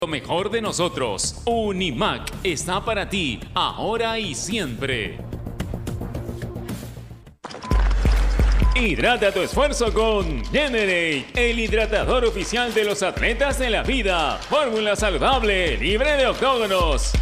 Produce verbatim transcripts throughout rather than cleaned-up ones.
Lo mejor de nosotros, Unimac, está para ti, ahora y siempre. Hidrata tu esfuerzo con Generate, el hidratador oficial de los atletas de la vida. Fórmula saludable, libre de octógonos.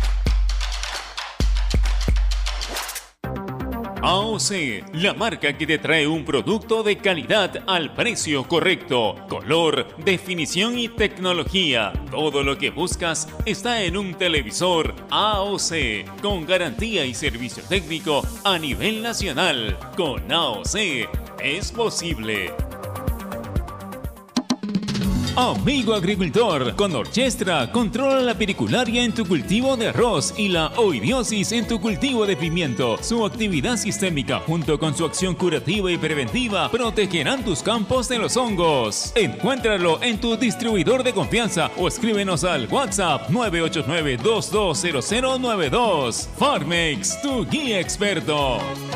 A O C, la marca que te trae un producto de calidad al precio correcto. Color, definición y tecnología. Todo lo que buscas está en un televisor A O C, con garantía y servicio técnico a nivel nacional. Con A O C es posible. Amigo agricultor, con Orchestra controla la piricularia en tu cultivo de arroz y la oidiosis en tu cultivo de pimiento. Su actividad sistémica junto con su acción curativa y preventiva protegerán tus campos de los hongos. Encuéntralo en tu distribuidor de confianza o escríbenos al WhatsApp nueve ocho nueve, dos dos cero cero nueve dos. Farmex, tu guía experto.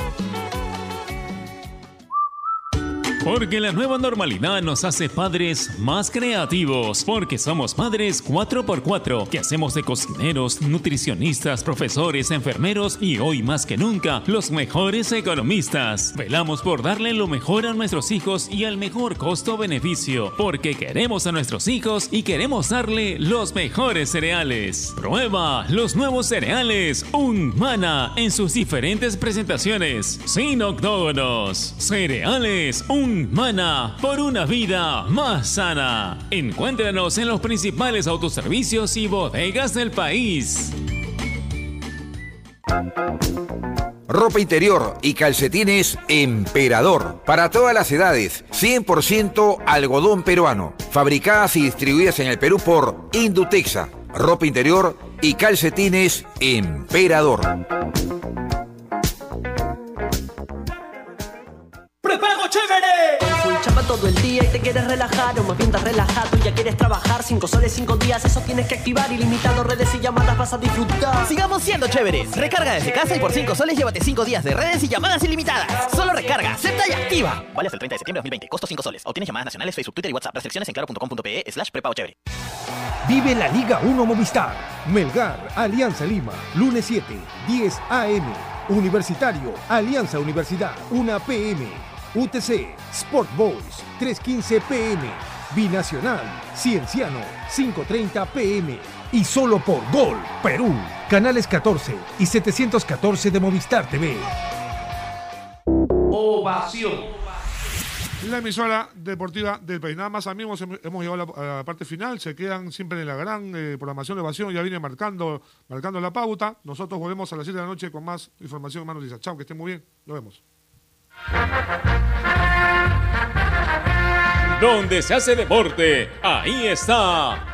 Porque la nueva normalidad nos hace padres más creativos. Porque somos padres cuatro por cuatro, que hacemos de cocineros, nutricionistas, profesores, enfermeros y hoy más que nunca, los mejores economistas. Velamos por darle lo mejor a nuestros hijos y al mejor costo-beneficio. Porque queremos a nuestros hijos y queremos darle los mejores cereales. Prueba los nuevos cereales Unmana en sus diferentes presentaciones. Sin octógonos. Cereales Unmana. Mana por una vida más sana. Encuéntranos en los principales autoservicios y bodegas del país. Ropa interior y calcetines Emperador. Para todas las edades. cien por ciento algodón peruano. Fabricadas y distribuidas en el Perú por Indutexa. Ropa interior y calcetines Emperador. ¡Prepago chévere! Full chamba todo el día y te quieres relajar, o más bien estás relajado y ya quieres trabajar. Cinco soles, cinco días, eso tienes que activar. Ilimitado, redes y llamadas, vas a disfrutar. Sigamos siendo chéveres. Recarga desde casa y por cinco soles llévate cinco días de redes y llamadas ilimitadas. Solo recarga, acepta y activa. Vale hasta el treinta de septiembre de dos mil veinte. Costo cinco soles. Obtienes llamadas nacionales, Facebook, Twitter y WhatsApp. Restricciones en claro punto com punto pe slash prepago chévere. Vive la Liga uno Movistar. Melgar, Alianza Lima. Lunes siete, diez a eme. Universitario, Alianza Universidad, una pe eme. U T C, Sport Boys, tres quince pe eme. Binacional, Cienciano, cinco treinta pe eme. Y solo por Gol, Perú. Canales catorce y setecientos catorce de Movistar T V. Ovación. La emisora deportiva del país. Nada más, amigos, hemos llegado a la, a la parte final. Se quedan siempre en la gran eh, programación de Ovación. Ya viene marcando, marcando la pauta. Nosotros volvemos a las siete de la noche con más información, más noticias. Chao, que estén muy bien. Nos vemos. Donde se hace deporte, ahí está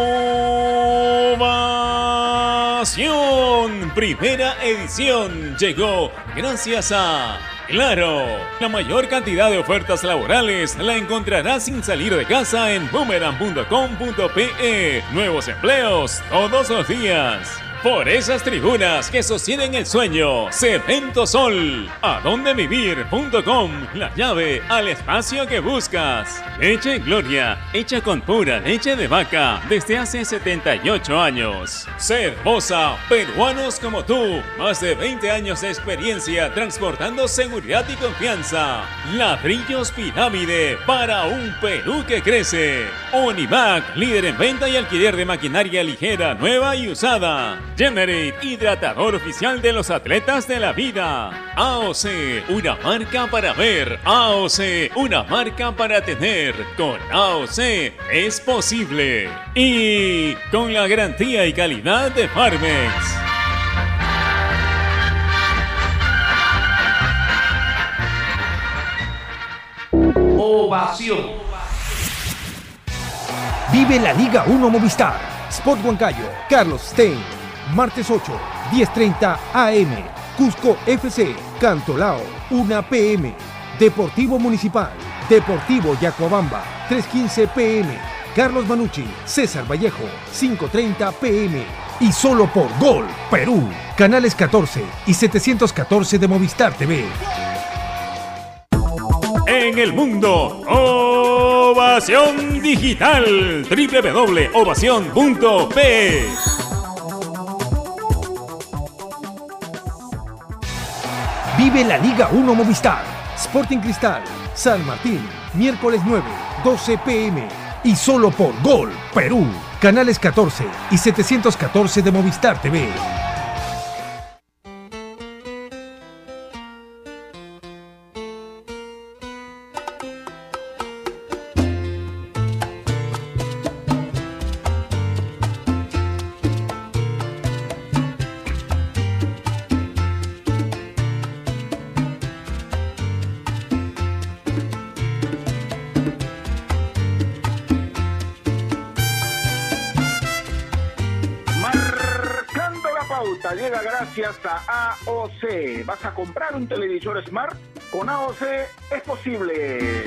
Ovación. Primera edición llegó gracias a Claro. La mayor cantidad de ofertas laborales la encontrarás sin salir de casa en boomerang punto com punto pe. Nuevos empleos todos los días. Por esas tribunas que sostienen el sueño, Cemento Sol. A donde vivir punto com, la llave al espacio que buscas. Leche Gloria, hecha con pura leche de vaca desde hace setenta y ocho años. Cervosa, peruanos como tú, más de veinte años de experiencia transportando seguridad y confianza. Ladrillos Pirámide para un Perú que crece. Univac, líder en venta y alquiler de maquinaria ligera, nueva y usada. Generate, hidratador oficial de los atletas de la vida. A O C, una marca para ver. A O C, una marca para tener. Con A O C es posible. Y con la garantía y calidad de Farmex. Ovación. Vive la Liga uno Movistar. Sport Huancayo, Carlos Stein. Martes ocho, diez treinta a eme. Cusco efe ce, Cantolao, una pe eme. Deportivo Municipal, Deportivo Yacobamba, tres quince pe eme. Carlos Manucci, César Vallejo, cinco treinta pe eme. Y solo por Gol, Perú. Canales catorce y setecientos catorce de Movistar T V. En el mundo, ¡oh! Ovación Digital, doble u doble u doble u punto ovación punto pe. Vive la Liga uno Movistar. Sporting Cristal, San Martín, miércoles nueve, doce pe eme. Y solo por Gol Perú. Canales catorce y setecientos catorce de Movistar T V. Llega gracias a A O C. ¿Vas a comprar un televisor Smart? Con A O C es posible.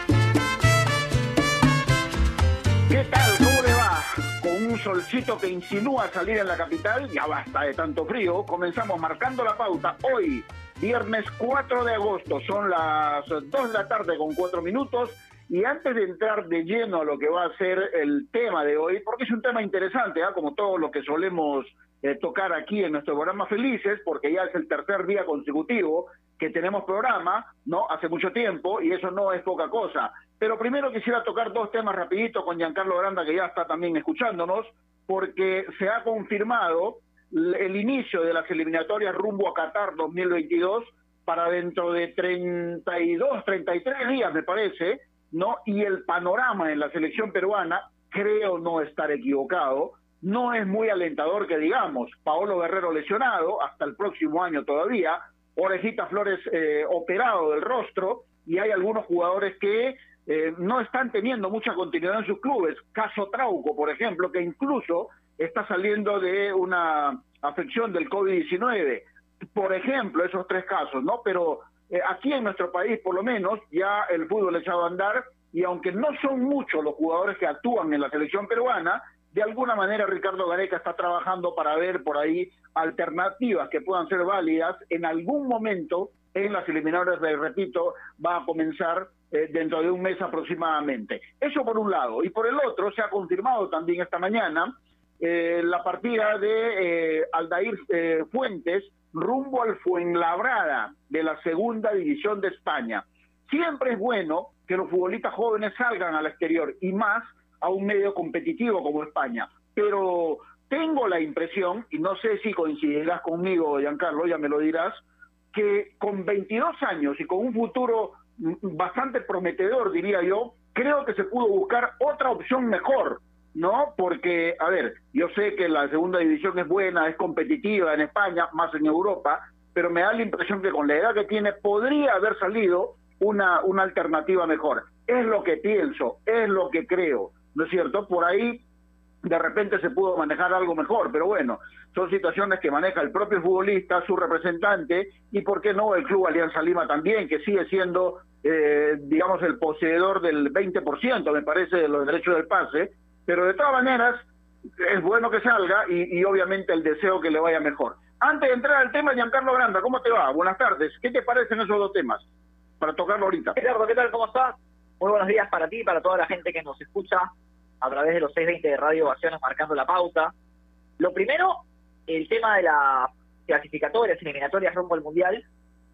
¿Qué tal? ¿Cómo le va? Con un solcito que insinúa salir en la capital, ya basta de tanto frío. Comenzamos marcando la pauta hoy, viernes cuatro de agosto. Son las dos de la tarde con cuatro minutos. Y antes de entrar de lleno a lo que va a ser el tema de hoy, porque es un tema interesante, ¿eh? Como todo lo que solemos eh, tocar aquí en nuestro programa Felices, porque ya es el tercer día consecutivo que tenemos programa, ¿no? Hace mucho tiempo, y eso no es poca cosa. Pero primero quisiera tocar dos temas rapidito con Giancarlo Granda, que ya está también escuchándonos, porque se ha confirmado el inicio de las eliminatorias rumbo a Qatar dos mil veintidós para dentro de treinta y dos, treinta y tres días, me parece, ¿no? Y el panorama en la selección peruana, creo no estar equivocado, no es muy alentador que digamos. Paolo Guerrero lesionado, hasta el próximo año todavía, Orejita Flores eh, operado del rostro, y hay algunos jugadores que eh, no están teniendo mucha continuidad en sus clubes. Caso Trauco, por ejemplo, que incluso está saliendo de una afección del COVID diecinueve. Por ejemplo, esos tres casos, ¿no? Pero eh, aquí en nuestro país, por lo menos, ya el fútbol ha echado a andar, y aunque no son muchos los jugadores que actúan en la selección peruana, de alguna manera Ricardo Gareca está trabajando para ver por ahí alternativas que puedan ser válidas en algún momento en las eliminatorias, repito, va a comenzar eh, dentro de un mes aproximadamente. Eso por un lado. Y por el otro, se ha confirmado también esta mañana eh, la partida de eh, Aldair eh, Fuentes rumbo al Fuenlabrada de la segunda división de España. Siempre es bueno que los futbolistas jóvenes salgan al exterior, y más a un medio competitivo como España. Pero tengo la impresión, y no sé si coincidirás conmigo, Giancarlo, ya me lo dirás, que con veintidós años y con un futuro bastante prometedor, diría yo, creo que se pudo buscar otra opción mejor, ¿no? Porque, a ver, yo sé que la segunda división es buena, es competitiva en España, más en Europa, pero me da la impresión que con la edad que tiene podría haber salido una, una alternativa mejor. Es lo que pienso, es lo que creo, ¿no es cierto? Por ahí de repente se pudo manejar algo mejor, pero bueno, son situaciones que maneja el propio futbolista, su representante, y por qué no el Club Alianza Lima también, que sigue siendo, eh, digamos, el poseedor del veinte por ciento, me parece, de los derechos del pase, pero de todas maneras es bueno que salga, y, y obviamente el deseo que le vaya mejor. Antes de entrar al tema, Giancarlo Granda, ¿cómo te va? Buenas tardes. ¿Qué te parecen esos dos temas? Para tocarlo ahorita. Gerardo, ¿qué tal? ¿Cómo estás? Muy buenos días para ti y para toda la gente que nos escucha a través de los seiscientos veinte de Radio Ovaciones, marcando la pauta. Lo primero, el tema de las clasificatorias, eliminatorias rumbo al Mundial.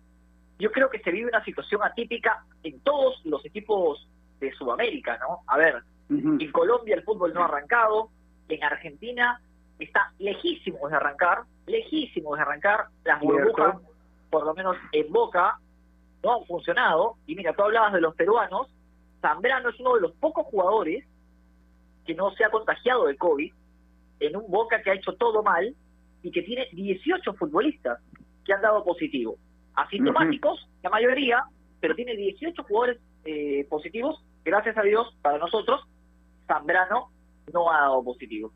Yo creo que se vive una situación atípica en todos los equipos de Sudamérica, ¿no? A ver, uh-huh. En Colombia el fútbol no ha arrancado, en Argentina está lejísimo de arrancar, lejísimo de arrancar, las burbujas, por lo menos en Boca, no han funcionado. Y mira, tú hablabas de los peruanos, Zambrano es uno de los pocos jugadores que no se ha contagiado de COVID, en un Boca que ha hecho todo mal y que tiene dieciocho futbolistas que han dado positivo. Asintomáticos, uh-huh. La mayoría, pero tiene dieciocho jugadores eh, positivos. Gracias a Dios, para nosotros, Zambrano no ha dado positivo.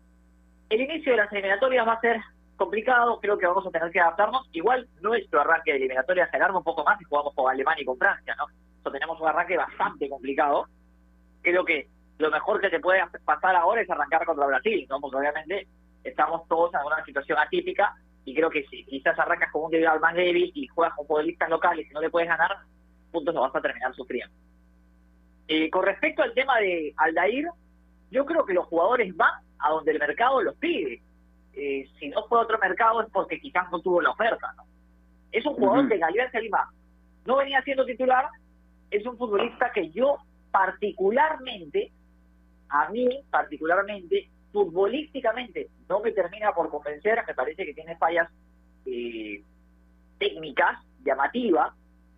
El inicio de las eliminatorias va a ser complicado, creo que vamos a tener que adaptarnos. Igual nuestro arranque de eliminatorias se alarga un poco más y jugamos con Alemania y con Francia, ¿no? Entonces tenemos un arranque bastante complicado. Creo que lo mejor que te puede pasar ahora es arrancar contra Brasil, ¿no? Porque obviamente estamos todos en una situación atípica, y creo que si quizás arrancas con un rival más débil y juegas con futbolistas locales y no le puedes ganar, puntos lo vas a terminar sufriendo. Eh, con respecto al tema de Aldair, yo creo que los jugadores van a donde el mercado los pide. Eh, si no fue otro mercado es porque quizás no tuvo la oferta, ¿no? Es un jugador uh-huh. que en Alianza Lima no venía siendo titular, es un futbolista que yo particularmente, a mí particularmente, futbolísticamente no me termina por convencer, me parece que tiene fallas eh, técnicas, llamativas,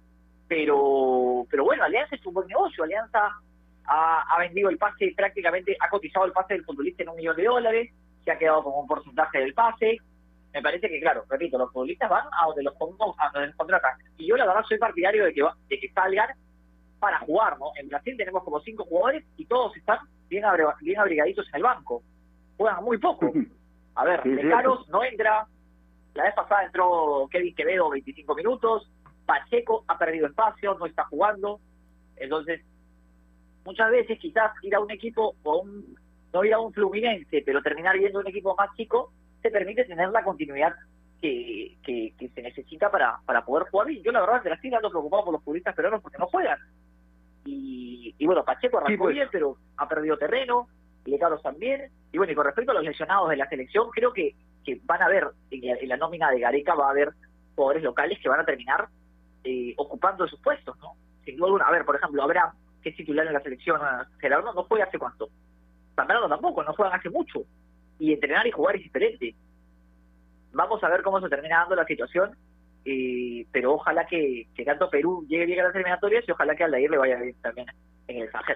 pero pero bueno, Alianza es un buen negocio, Alianza ha, ha vendido el pase prácticamente, ha cotizado el pase del futbolista en un millón de dólares, se ha quedado con un porcentaje del pase. Me parece que, claro, repito, los futbolistas van a donde los, a donde los contratan. Y yo la verdad soy partidario de que va, de que salgan para jugar, ¿no? En Brasil tenemos como cinco jugadores y todos están bien, abri- bien abrigaditos en el banco. Juegan muy poco. A ver, sí, De Caros no entra. La vez pasada entró Kevin Quevedo veinticinco minutos. Pacheco ha perdido espacio, no está jugando. Entonces, muchas veces quizás ir a un equipo o un, no ir a un Fluminense, pero terminar yendo a un equipo más chico, te permite tener la continuidad que, que, que se necesita para, para poder jugar. Y yo la verdad que la estoy dando preocupado por los futbolistas peruanos porque no juegan. Y, y bueno, Pacheco arrancó sí, pues. bien, pero ha perdido terreno, y Carlos también. Y bueno, y con respecto a los lesionados de la selección, creo que, que van a haber, en la, en la nómina de Gareca va a haber jugadores locales que van a terminar eh, ocupando sus puestos, ¿no? Sin duda alguna. A ver, por ejemplo, Abraham, que es titular en la selección, Gerardo no juega hace cuánto. Zambrano tampoco, no juegan hace mucho. Y entrenar y jugar es diferente. Vamos a ver cómo se termina dando la situación, eh, pero ojalá que, que tanto Perú llegue bien a las eliminatorias y ojalá que Aldair le vaya bien también en el extranjero.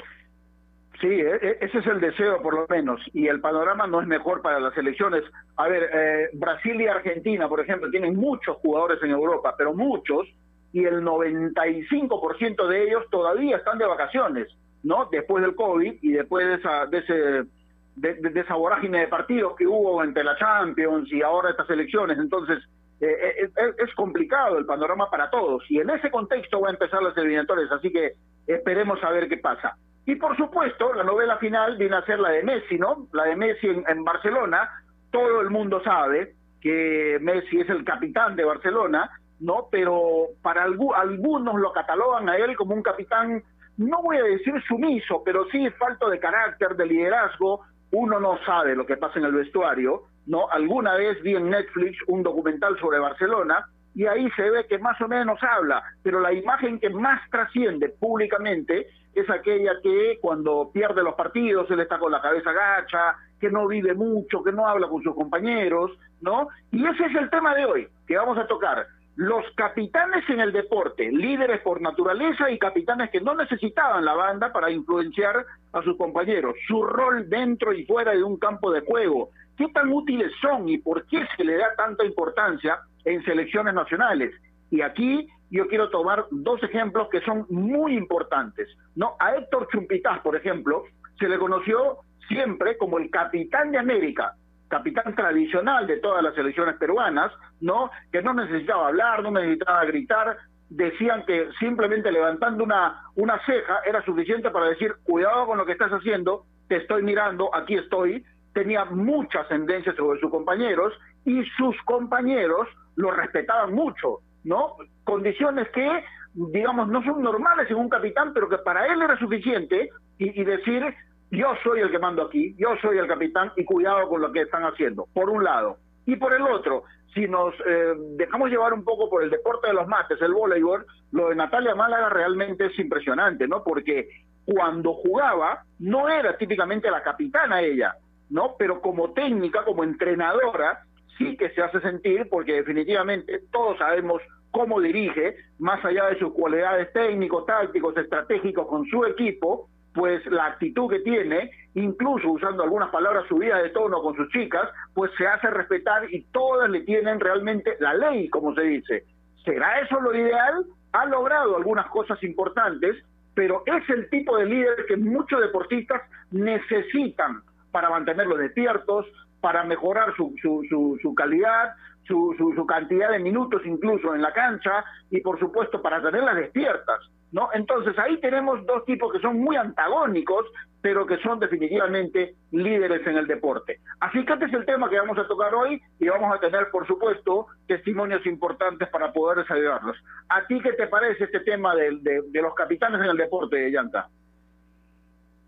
Sí, ese es el deseo por lo menos, y el panorama no es mejor para las selecciones. A ver, eh, Brasil y Argentina, por ejemplo, tienen muchos jugadores en Europa, pero muchos, y el noventa y cinco por ciento de ellos todavía están de vacaciones, ¿no? Después del COVID y después de esa... De ese De, de, de esa vorágine de partidos que hubo entre la Champions y ahora estas elecciones. Entonces eh, es, es complicado el panorama para todos, y en ese contexto va a empezar las eliminatorias, así que esperemos a ver qué pasa. Y por supuesto la novela final viene a ser la de Messi, ¿no? La de Messi en, en Barcelona. Todo el mundo sabe que Messi es el capitán de Barcelona, ¿no? Pero para algu- algunos lo catalogan a él como un capitán, no voy a decir sumiso, pero sí falto de carácter, de liderazgo. Uno no sabe lo que pasa en el vestuario, ¿no? Alguna vez vi en Netflix un documental sobre Barcelona y ahí se ve que más o menos habla, pero la imagen que más trasciende públicamente es aquella que cuando pierde los partidos él está con la cabeza gacha, que no vive mucho, que no habla con sus compañeros, ¿no? Y ese es el tema de hoy, que vamos a tocar. Los capitanes en el deporte, líderes por naturaleza y capitanes que no necesitaban la banda para influenciar a sus compañeros, su rol dentro y fuera de un campo de juego, qué tan útiles son y por qué se le da tanta importancia en selecciones nacionales. Y aquí yo quiero tomar dos ejemplos que son muy importantes, ¿no? A Héctor Chumpitaz, por ejemplo, se le conoció siempre como el capitán de América, capitán tradicional de todas las selecciones peruanas, ¿no? Que no necesitaba hablar, no necesitaba gritar, decían que simplemente levantando una, una ceja era suficiente para decir, cuidado con lo que estás haciendo, te estoy mirando, aquí estoy. Tenía mucha ascendencia sobre sus compañeros y sus compañeros lo respetaban mucho, ¿no? Condiciones que, digamos, no son normales en un capitán, pero que para él era suficiente y, y decir, yo soy el que mando aquí, yo soy el capitán y cuidado con lo que están haciendo, por un lado. Y por el otro, si nos eh, dejamos llevar un poco por el deporte de los mates, el voleibol, lo de Natalia Málaga realmente es impresionante, ¿no? Porque cuando jugaba no era típicamente la capitana ella, ¿no? Pero como técnica, como entrenadora, sí que se hace sentir, porque definitivamente todos sabemos cómo dirige, más allá de sus cualidades técnicos, tácticos, estratégicos con su equipo, pues la actitud que tiene, incluso usando algunas palabras subidas de tono con sus chicas, pues se hace respetar y todas le tienen realmente la ley, como se dice. ¿Será eso lo ideal? Ha logrado algunas cosas importantes, pero es el tipo de líder que muchos deportistas necesitan para mantenerlos despiertos, para mejorar su, su, su, su calidad, su, su, su cantidad de minutos incluso en la cancha y por supuesto para tenerlas despiertas, ¿no? Entonces ahí tenemos dos tipos que son muy antagónicos, pero que son definitivamente líderes en el deporte. Así que este es el tema que vamos a tocar hoy y vamos a tener, por supuesto, testimonios importantes para poder ayudarlos. ¿A ti qué te parece este tema de, de, de los capitanes en el deporte, Llanta?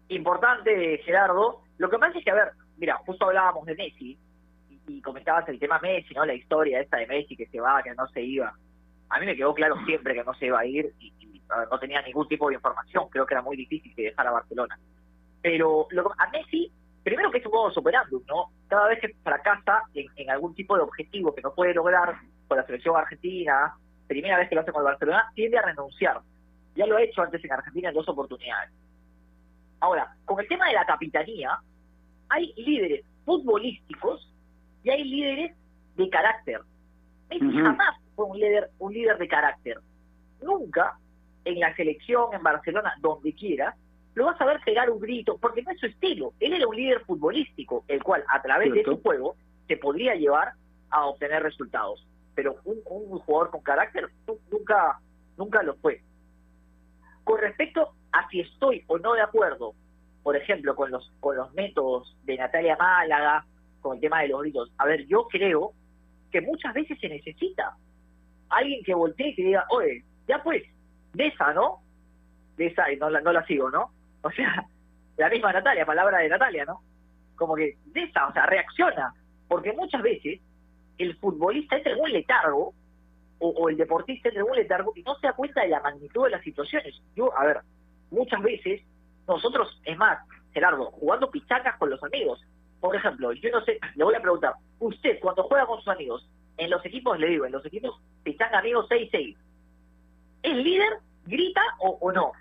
importante, Gerardo. Lo que pasa es que, a ver, mira, justo hablábamos de Messi y, y comentabas el tema Messi, ¿no? La historia esta de Messi que se va, que no se iba. A mí me quedó claro siempre que no se iba a ir y, y a ver, no tenía ningún tipo de información. Creo que era muy difícil que dejara Barcelona. Pero lo, a Messi, primero que es un modo superándum, ¿no? Cada vez que fracasa en, en algún tipo de objetivo que no puede lograr con la selección argentina, primera vez que lo hace con el Barcelona, tiende a renunciar. Ya lo ha hecho antes en Argentina en dos oportunidades. Ahora, con el tema de la capitanía, hay líderes futbolísticos y hay líderes de carácter. Messi uh-huh. jamás fue un líder, un líder de carácter. Nunca en la selección, en Barcelona, donde quiera, lo vas a ver pegar un grito, porque no es su estilo. Él era un líder futbolístico, el cual a través ¿Cierto? de su juego te podría llevar a obtener resultados. Pero un, un jugador con carácter nunca, nunca lo fue. Con respecto a si estoy o no de acuerdo, por ejemplo, con los con los métodos de Natalia Málaga, con el tema de los gritos, a ver, yo creo que muchas veces se necesita alguien que voltee y que diga, oye, ya pues, de esa, ¿no? De esa, y no la, no la sigo, ¿no? O sea, la misma Natalia, palabra de Natalia, ¿no? Como que de esa, o sea, reacciona, porque muchas veces el futbolista entra en un letargo, o, o el deportista entra en un letargo y no se da cuenta de la magnitud de las situaciones. Yo, a ver, muchas veces nosotros, es más, Gerardo, jugando pichacas con los amigos, por ejemplo, yo no sé, le voy a preguntar, usted cuando juega con sus amigos, en los equipos, le digo, en los equipos pichanga amigos seis seis, ¿el líder grita o, o no?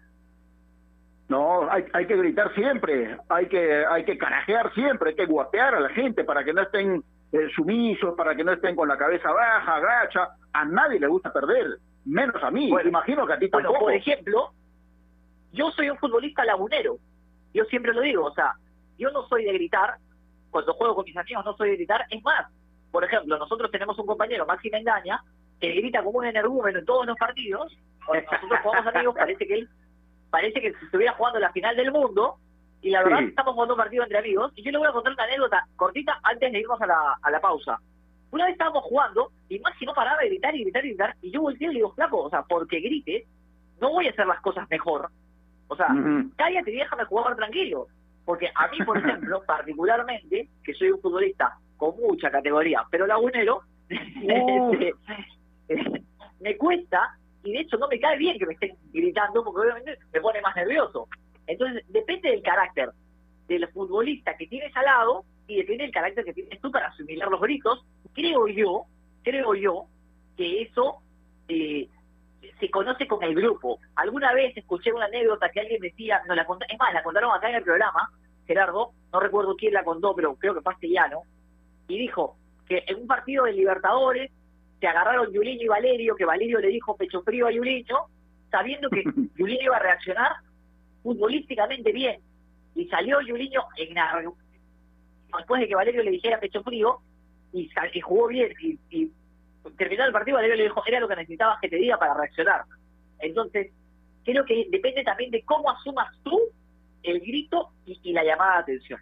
No, hay, hay que gritar siempre, hay que hay que carajear siempre, hay que guapear a la gente para que no estén eh, sumisos, para que no estén con la cabeza baja, agacha. A nadie le gusta perder, menos a mí. Bueno, imagino que a ti tampoco. Bueno, por ejemplo, yo soy un futbolista lagunero, yo siempre lo digo, o sea, yo no soy de gritar, cuando juego con mis amigos no soy de gritar, es más, por ejemplo, nosotros tenemos un compañero, Maxi Mendaña, que grita como un energúmeno en todos los partidos, cuando nosotros jugamos amigos, parece que él, parece que estuviera jugando la final del mundo, y la verdad sí. estamos jugando un partido entre amigos, y yo le voy a contar una anécdota cortita antes de irnos a la, a la pausa. Una vez estábamos jugando, y Maxi no paraba de gritar y gritar y gritar, y yo volteé y le digo, flaco, o sea, porque grites, no voy a hacer las cosas mejor. O sea, uh-huh. cállate y déjame jugar tranquilo. Porque a mí, por ejemplo, particularmente, que soy un futbolista con mucha categoría, pero lagunero, uh. este, me cuesta, y de hecho no me cae bien que me estén gritando, porque obviamente me pone más nervioso. Entonces, depende del carácter del futbolista que tienes al lado, y depende del carácter que tienes tú para asimilar los gritos. Creo yo, creo yo, que eso eh, se conoce con el grupo. Alguna vez escuché una anécdota que alguien decía, no la contó, es más, la contaron acá en el programa, Gerardo, no recuerdo quién la contó, pero creo que fue Castellano, y dijo que en un partido de Libertadores se agarraron Yuliño y Valerio, que Valerio le dijo pecho frío a Yuliño, sabiendo que Yuliño iba a reaccionar futbolísticamente bien, y salió Yuliño en la, después de que Valerio le dijera pecho frío, y, y jugó bien, y, y terminó el partido, Valerio le dijo, era lo que necesitabas que te diga para reaccionar. Entonces, creo que depende también de cómo asumas tú el grito y, y la llamada de atención.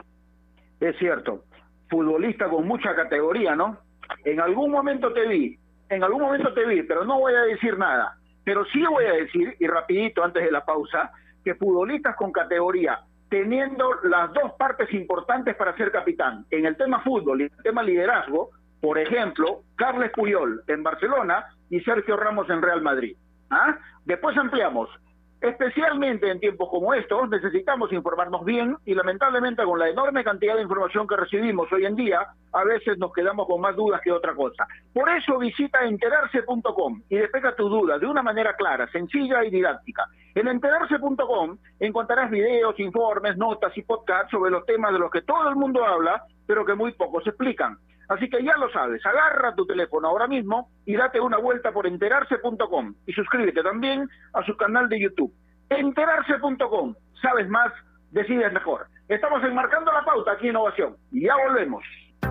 Es cierto, futbolista con mucha categoría, ¿no? En algún momento te vi, en algún momento te vi, pero no voy a decir nada. Pero sí voy a decir, y rapidito antes de la pausa, que futbolistas con categoría, teniendo las dos partes importantes para ser capitán, en el tema fútbol y en el tema liderazgo, por ejemplo, Carles Puyol en Barcelona y Sergio Ramos en Real Madrid. ¿Ah? Después ampliamos. Especialmente en tiempos como estos, necesitamos informarnos bien y lamentablemente con la enorme cantidad de información que recibimos hoy en día, a veces nos quedamos con más dudas que otra cosa. Por eso visita enterarse punto com y despeja tus dudas de una manera clara, sencilla y didáctica. En enterarse punto com encontrarás videos, informes, notas y podcasts sobre los temas de los que todo el mundo habla, pero que muy pocos explican. Así que ya lo sabes, agarra tu teléfono ahora mismo y date una vuelta por enterarse punto com y suscríbete también a su canal de YouTube. enterarse punto com, sabes más, decides mejor. Estamos enmarcando la pauta aquí en Innovación y ya volvemos.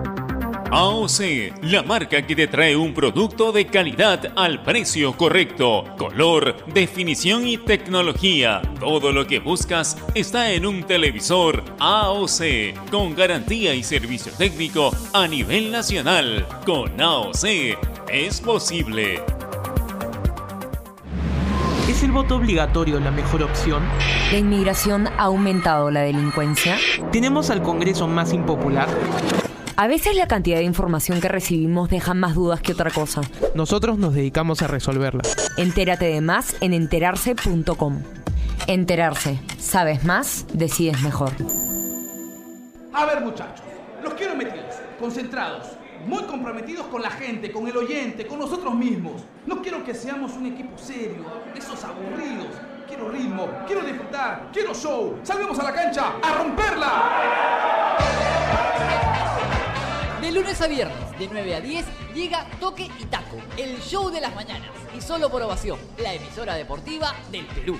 A O C, la marca que te trae un producto de calidad al precio correcto, color, definición y tecnología. Todo lo que buscas está en un televisor A O C, con garantía y servicio técnico a nivel nacional. Con A O C es posible. ¿Es el voto obligatorio la mejor opción? ¿La inmigración ha aumentado la delincuencia? ¿Tenemos al Congreso más impopular? A veces la cantidad de información que recibimos deja más dudas que otra cosa. Nosotros nos dedicamos a resolverla. Entérate de más en enterarse punto com. Enterarse. Sabes más, decides mejor. A ver, muchachos, los quiero metidos, concentrados, muy comprometidos con la gente, con el oyente, con nosotros mismos. No quiero que seamos un equipo serio, de esos aburridos. Quiero ritmo, quiero disfrutar, quiero show. Salgamos a la cancha a romperla. De lunes a viernes, de nueve a diez, llega Toque y Taco, el show de las mañanas. Y solo por Ovación, la emisora deportiva del Perú.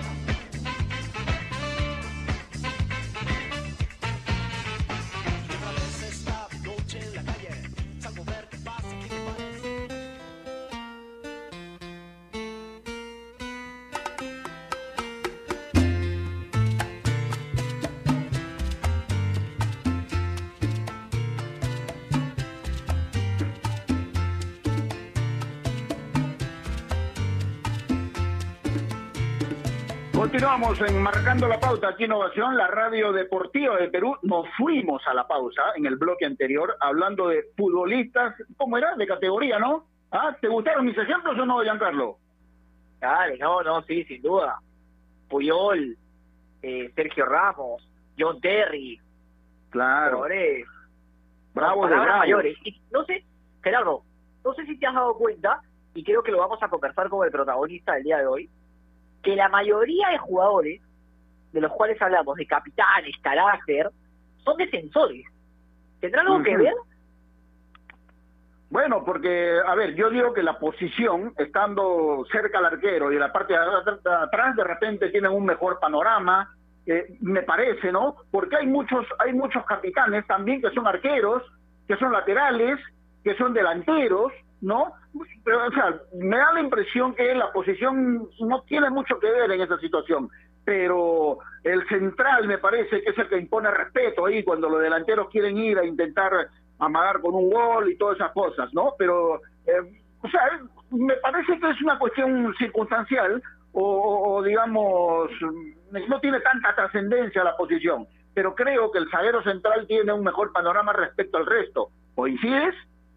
Continuamos en Marcando la Pauta aquí en Ovación, la radio deportiva del Perú. Nos fuimos a la pausa en el bloque anterior hablando de futbolistas, ¿cómo era? De categoría, ¿no? ¿Ah? ¿Te gustaron mis ejemplos o no, Giancarlo? Dale, no, no, sí, sin duda. Puyol, eh, Sergio Ramos, John Terry. Claro. Jugadores, Bravos de bravos. mayores. Y no sé, Gerardo, no sé si te has dado cuenta, y creo que lo vamos a conversar con el protagonista del día de hoy, que la mayoría de jugadores de los cuales hablamos, de capitanes, carácter, son defensores. ¿Tendrá algo uh-huh. que ver? Bueno, porque, a ver, yo digo que la posición, estando cerca al arquero y la parte de atrás, de repente tienen un mejor panorama, eh, me parece, ¿no? Porque hay muchos, hay muchos capitanes también que son arqueros, que son laterales, que son delanteros, ¿no? Pero, o sea, me da la impresión que la posición no tiene mucho que ver en esa situación, pero el central me parece que es el que impone respeto ahí cuando los delanteros quieren ir a intentar amagar con un gol y todas esas cosas, ¿no? Pero, eh, o sea, me parece que es una cuestión circunstancial o, o, digamos, no tiene tanta trascendencia la posición, pero creo que el zaguero central tiene un mejor panorama respecto al resto. ¿Coincides?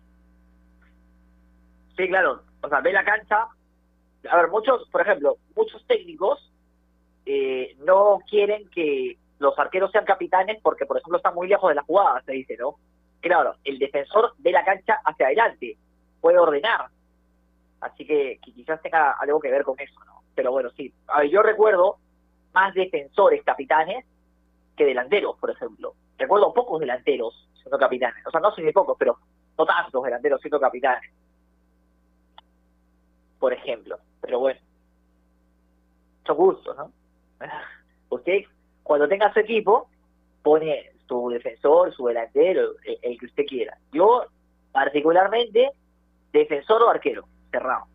Sí, claro. O sea, ve la cancha. A ver, muchos, por ejemplo, muchos técnicos eh, no quieren que los arqueros sean capitanes porque, por ejemplo, están muy lejos de la jugada, se dice, ¿no? Claro, el defensor ve la cancha hacia adelante, puede ordenar. Así que, que quizás tenga algo que ver con eso, ¿no? Pero bueno, sí. A ver, yo recuerdo más defensores capitanes que delanteros, por ejemplo. Recuerdo pocos delanteros siendo capitanes. O sea, no soy de pocos, pero no tantos delanteros siendo capitanes. Por ejemplo. Pero bueno. Mucho gusto, ¿no? Usted, cuando tenga su equipo, pone su defensor, su delantero, el, el que usted quiera. Yo, particularmente, defensor o arquero, cerrado.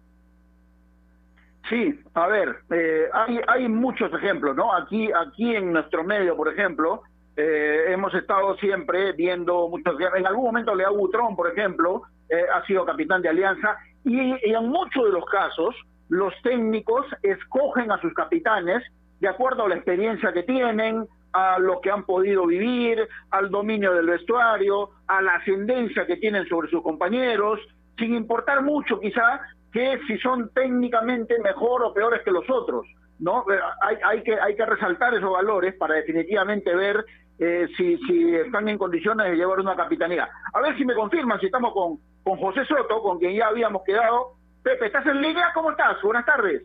Sí, a ver, eh, hay, hay muchos ejemplos, ¿no? Aquí, aquí en nuestro medio, por ejemplo, eh, hemos estado siempre viendo muchos. En algún momento Leao Butrón, por ejemplo, eh, ha sido capitán de Alianza, y, y en muchos de los casos, los técnicos escogen a sus capitanes de acuerdo a la experiencia que tienen, a lo que han podido vivir, al dominio del vestuario, a la ascendencia que tienen sobre sus compañeros, sin importar mucho quizá que si son técnicamente mejor o peores que los otros, ¿no? Hay, hay que hay que resaltar esos valores para definitivamente ver eh, si, si están en condiciones de llevar una capitanía. A ver si me confirman si estamos con, con José Soto, con quien ya habíamos quedado. Pepe, ¿estás en línea? ¿Cómo estás? Buenas tardes.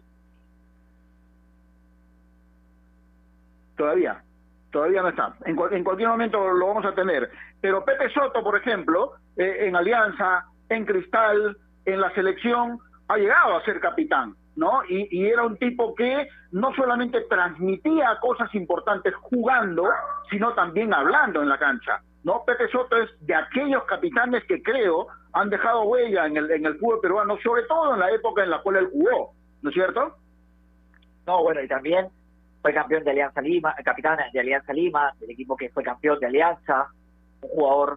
Todavía. Todavía no está. En, en cualquier momento lo vamos a tener. Pero Pepe Soto, por ejemplo, eh, en Alianza, en Cristal, en la selección, ha llegado a ser capitán, ¿no? Y, y era un tipo que no solamente transmitía cosas importantes jugando, sino también hablando en la cancha, ¿no? Pepe Soto es de aquellos capitanes que creo han dejado huella en el, en el fútbol peruano, sobre todo en la época en la cual él jugó, ¿no es cierto? No, bueno, y también fue campeón de Alianza Lima, capitán de Alianza Lima, del equipo que fue campeón de Alianza, un jugador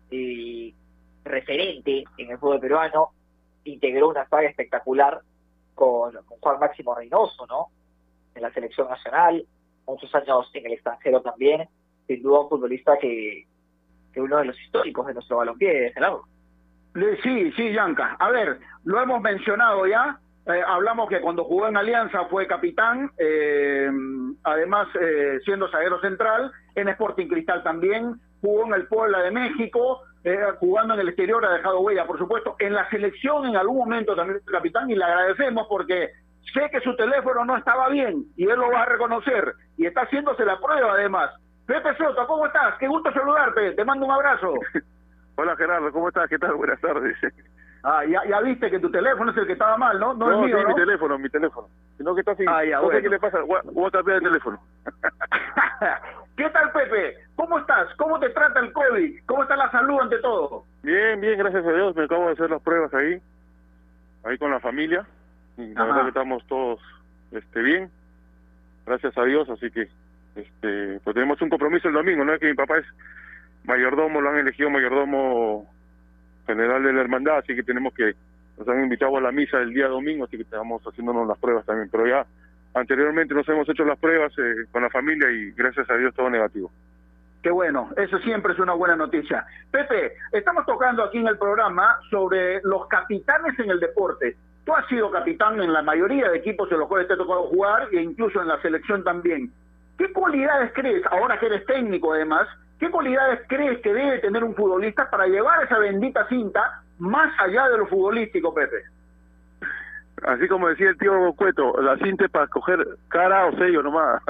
eh, referente en el fútbol peruano, integró una saga espectacular con, con Juan Máximo Reynoso, ¿no? En la selección nacional, muchos años en el extranjero también, sin duda un futbolista que, que uno de los históricos de nuestro balompié, Gerardo. Sí, sí, Yanka. A ver, lo hemos mencionado ya. Eh, hablamos que cuando jugó en Alianza fue capitán, eh, además eh, siendo zaguero central. En Sporting Cristal también jugó en el Puebla de México, eh, jugando en el exterior ha dejado huella, por supuesto. En la selección en algún momento también fue capitán y le agradecemos porque sé que su teléfono no estaba bien y él lo va a reconocer y está haciéndose la prueba además. Pepe Soto, ¿cómo estás? Qué gusto saludarte, te mando un abrazo. Hola Gerardo, ¿cómo estás? ¿Qué tal? Buenas tardes. Ah, ya, ya viste que tu teléfono es el que estaba mal, ¿no? No, No, es mío, sí, ¿no? mi teléfono, mi teléfono. Sino que está así. Ah, ya, no sé bueno. qué le pasa, voy a, voy a cambiar el teléfono. ¿Qué tal, Pepe? ¿Cómo estás? ¿Cómo te trata el COVID? ¿Cómo está la salud ante todo? Bien, bien, gracias a Dios. Me acabo de hacer las pruebas ahí, ahí con la familia. Y la Ajá. verdad que estamos todos este, bien, gracias a Dios. Así que este, pues tenemos un compromiso el domingo, ¿no? Es que mi papá es mayordomo, lo han elegido mayordomo general de la hermandad, así que tenemos que, nos han invitado a la misa el día domingo, así que estamos haciéndonos las pruebas también. Pero ya anteriormente nos hemos hecho las pruebas eh, con la familia y gracias a Dios todo negativo. Qué bueno, eso siempre es una buena noticia. Pepe, estamos tocando aquí en el programa sobre los capitanes en el deporte. Tú has sido capitán en la mayoría de equipos en los cuales te ha tocado jugar e incluso en la selección también. ¿Qué cualidades crees, ahora que eres técnico además, qué cualidades crees que debe tener un futbolista para llevar esa bendita cinta más allá de lo futbolístico, Pepe? Así como decía el tío Cueto, la cinta es para escoger cara o sello nomás.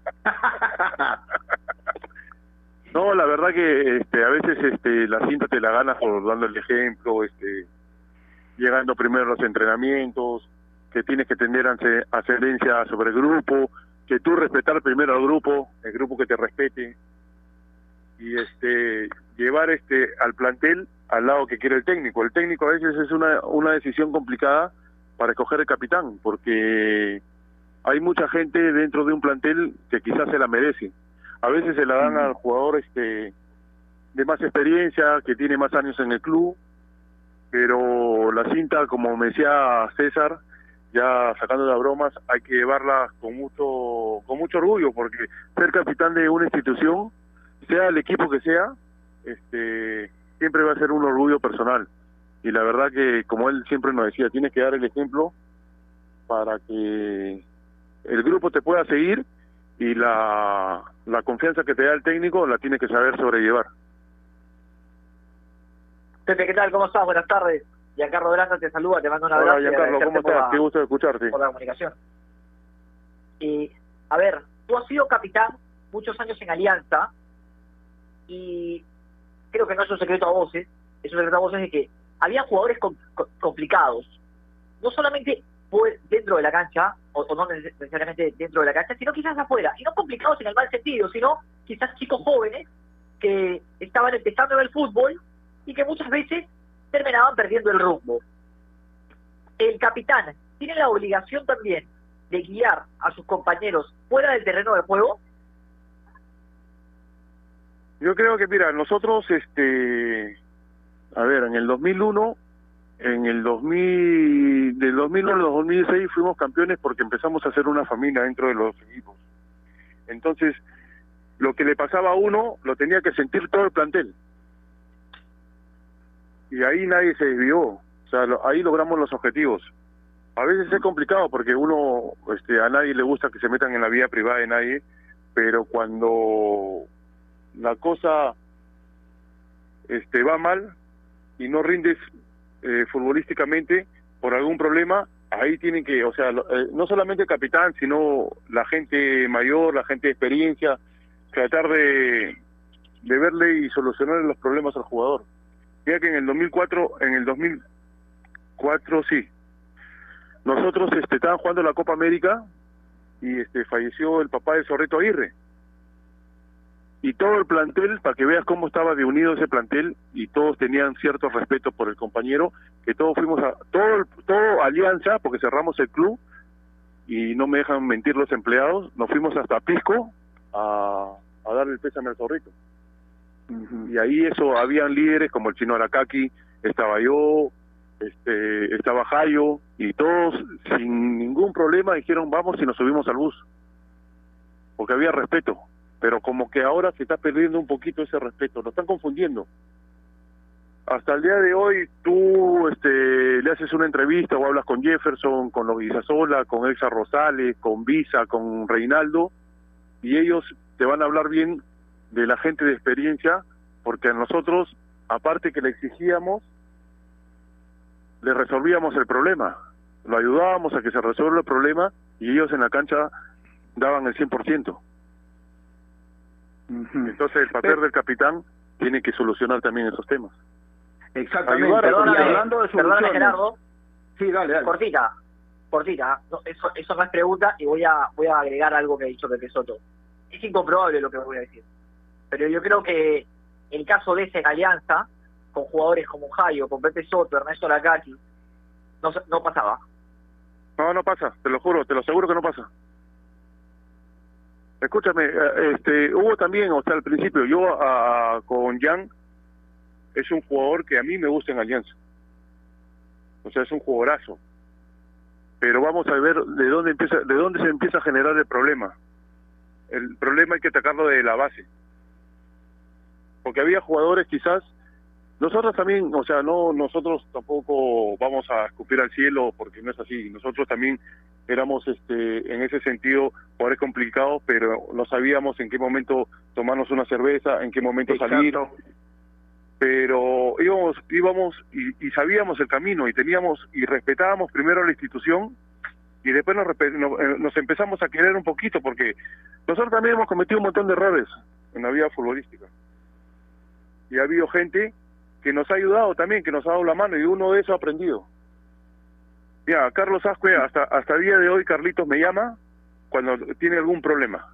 No, la verdad que este, a veces este, la cinta te la ganas por dando el ejemplo, este, llegando primero a los entrenamientos, que tienes que tener ance- ascendencia sobre el grupo, que tú respetar primero al grupo, el grupo que te respete, y este llevar este al plantel al lado que quiere el técnico. El técnico a veces es una, una decisión complicada para escoger el capitán, porque hay mucha gente dentro de un plantel que quizás se la merece. A veces se la dan al jugador este de más experiencia, que tiene más años en el club, pero la cinta, como me decía César, ya sacando las bromas, hay que llevarla con mucho con mucho orgullo, porque ser capitán de una institución, sea el equipo que sea, este siempre va a ser un orgullo personal. Y la verdad que, como él siempre nos decía, tienes que dar el ejemplo para que el grupo te pueda seguir, y la, la confianza que te da el técnico la tienes que saber sobrellevar. Pepe, ¿qué tal? ¿Cómo estás? Buenas tardes. Giancarlo Granda te saluda, te mando un abrazo. Hola Giancarlo, ¿cómo estás? Qué gusto de escucharte. Por la comunicación. Y, a ver, tú has sido capitán muchos años en Alianza y creo que no es un secreto a voces, es un secreto a voces de que había jugadores com- com- complicados, no solamente pues, dentro de la cancha, o, o no necesariamente dentro de la cancha, sino quizás afuera, y no complicados en el mal sentido, sino quizás chicos jóvenes que estaban empezando en el fútbol y que muchas veces terminaban perdiendo el rumbo. El capitán tiene la obligación también de guiar a sus compañeros fuera del terreno de juego. Yo creo que, mira, nosotros, este, a ver, en el dos mil uno, en el dos mil, del dos mil uno al dos mil seis fuimos campeones porque empezamos a hacer una familia dentro de los equipos. Entonces, lo que le pasaba a uno lo tenía que sentir todo el plantel. Y ahí nadie se desvió, o sea, lo, ahí logramos los objetivos. A veces es complicado porque uno, este, a nadie le gusta que se metan en la vida privada de nadie, pero cuando la cosa este va mal y no rindes eh, futbolísticamente por algún problema, ahí tienen que, o sea, lo, eh, no solamente el capitán, sino la gente mayor, la gente de experiencia, tratar de, de verle y solucionar los problemas al jugador. Ya que en el dos mil cuatro, en el dos mil cuatro sí, nosotros este estaban jugando la Copa América y este falleció el papá de Zorrito Aguirre. Y todo el plantel, para que veas cómo estaba de unido ese plantel, y todos tenían cierto respeto por el compañero, que todos fuimos a, todo, todo Alianza, porque cerramos el club, y no me dejan mentir los empleados, nos fuimos hasta Pisco a, a darle el pésame al Zorrito. Uh-huh. Y ahí eso, habían líderes como el Chino Aracaki, estaba yo, este, estaba Jayo, y todos sin ningún problema dijeron vamos y nos subimos al bus, porque había respeto, pero como que ahora se está perdiendo un poquito ese respeto, lo están confundiendo. Hasta el día de hoy tú este, le haces una entrevista o hablas con Jefferson, con los Guisasola, con Elsa Rosales, con Visa, con Reinaldo, y ellos te van a hablar bien de la gente de experiencia, porque a nosotros, aparte que le exigíamos, le resolvíamos el problema, lo ayudábamos a que se resuelva el problema, y ellos en la cancha daban el cien por ciento. Uh-huh. Entonces el papel Pero... del capitán tiene que solucionar también esos temas. Exactamente. Perdóname, hablando de perdóname, Gerardo. Sí, dale, dale. Cortita, cortita. No, eso, eso no es pregunta y voy a voy a agregar algo que ha dicho Pepe Soto. Es incomprobable lo que voy a decir. Pero yo creo que el caso de ese en Alianza, con jugadores como Jayo, con Pepe Soto, Ernesto Lacati, no, no pasaba. No, no pasa, te lo juro, te lo aseguro que no pasa. Escúchame, este, hubo también, o sea, al principio, yo uh, con Jan, es un jugador que a mí me gusta en Alianza. O sea, es un jugadorazo. Pero vamos a ver de dónde empieza, de dónde se empieza a generar el problema. El problema hay que atacarlo de la base. Porque había jugadores quizás, nosotros también, o sea, no, nosotros tampoco vamos a escupir al cielo porque no es así. Nosotros también éramos, este, en ese sentido, jugadores complicados, pero no sabíamos en qué momento tomarnos una cerveza, en qué momento Exacto. salir. Pero íbamos íbamos y, y sabíamos el camino y teníamos y respetábamos primero a la institución y después nos, nos, nos empezamos a querer un poquito, porque nosotros también hemos cometido un montón de errores en la vida futbolística y ha habido gente que nos ha ayudado también, que nos ha dado la mano, y uno de esos ha aprendido. Mira, Carlos Ascue, hasta hasta el día de hoy Carlitos me llama cuando tiene algún problema.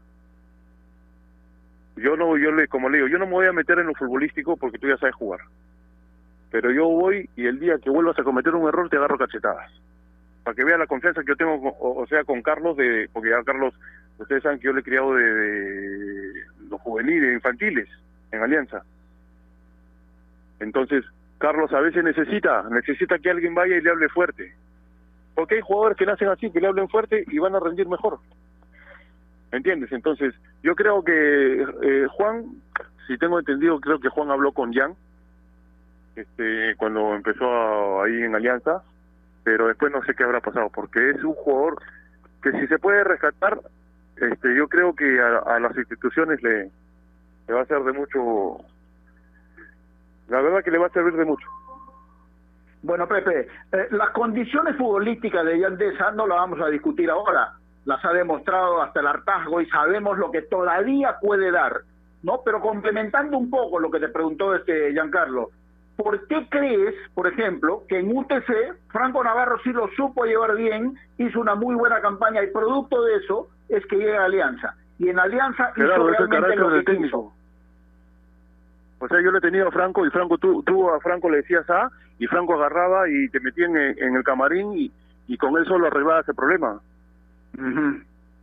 Yo no, yo le, como le digo, yo no me voy a meter en lo futbolístico porque tú ya sabes jugar. Pero yo voy y el día que vuelvas a cometer un error te agarro cachetadas. Para que vea la confianza que yo tengo, o, o sea, con Carlos, de porque ya Carlos, ustedes saben que yo le he criado de, de los juveniles, infantiles, en Alianza. Entonces, Carlos a veces necesita, necesita que alguien vaya y le hable fuerte. Porque hay jugadores que nacen así, que le hablen fuerte y van a rendir mejor. ¿Entiendes? Entonces, yo creo que eh, Juan, si tengo entendido, creo que Juan habló con Jan este, cuando empezó a, ahí en Alianza, pero después no sé qué habrá pasado, porque es un jugador que si se puede rescatar, este, yo creo que a, a las instituciones le, le va a ser de mucho, la verdad que le va a servir de mucho. Bueno, Pepe, eh, las condiciones futbolísticas de Jan Deza no las vamos a discutir ahora. Las ha demostrado hasta el hartazgo y sabemos lo que todavía puede dar, ¿no? Pero complementando un poco lo que te preguntó este Giancarlo, ¿por qué crees, por ejemplo, que en U T C Franco Navarro sí lo supo llevar bien, hizo una muy buena campaña y producto de eso es que llega a Alianza? Y en Alianza claro, hizo realmente lo que técnico. O sea, yo le he tenido a Franco y Franco, tú, tú a Franco le decías A y Franco agarraba y te metía en, en el camarín y, y con él solo arreglaba ese problema. Uh-huh.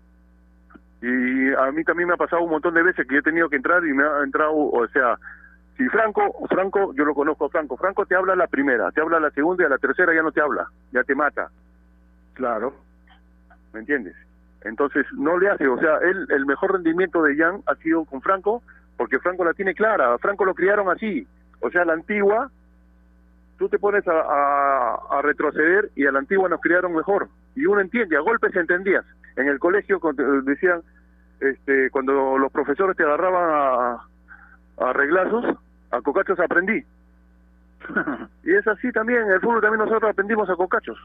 Y a mí también me ha pasado un montón de veces que yo he tenido que entrar y me ha entrado, o sea, si Franco, Franco, yo lo conozco a Franco, Franco te habla a la primera, te habla a la segunda y a la tercera ya no te habla, ya te mata. Claro. ¿Me entiendes? Entonces no le hace, o sea, él, el mejor rendimiento de Jan ha sido con Franco, porque Franco la tiene clara, Franco lo criaron así, o sea, la antigua, tú te pones a, a, a retroceder y a la antigua nos criaron mejor. Y uno entiende, a golpes entendías. En el colegio decían, este, cuando los profesores te agarraban a, a reglazos, a cocachos aprendí. Y es así también, en el fútbol también nosotros aprendimos a cocachos.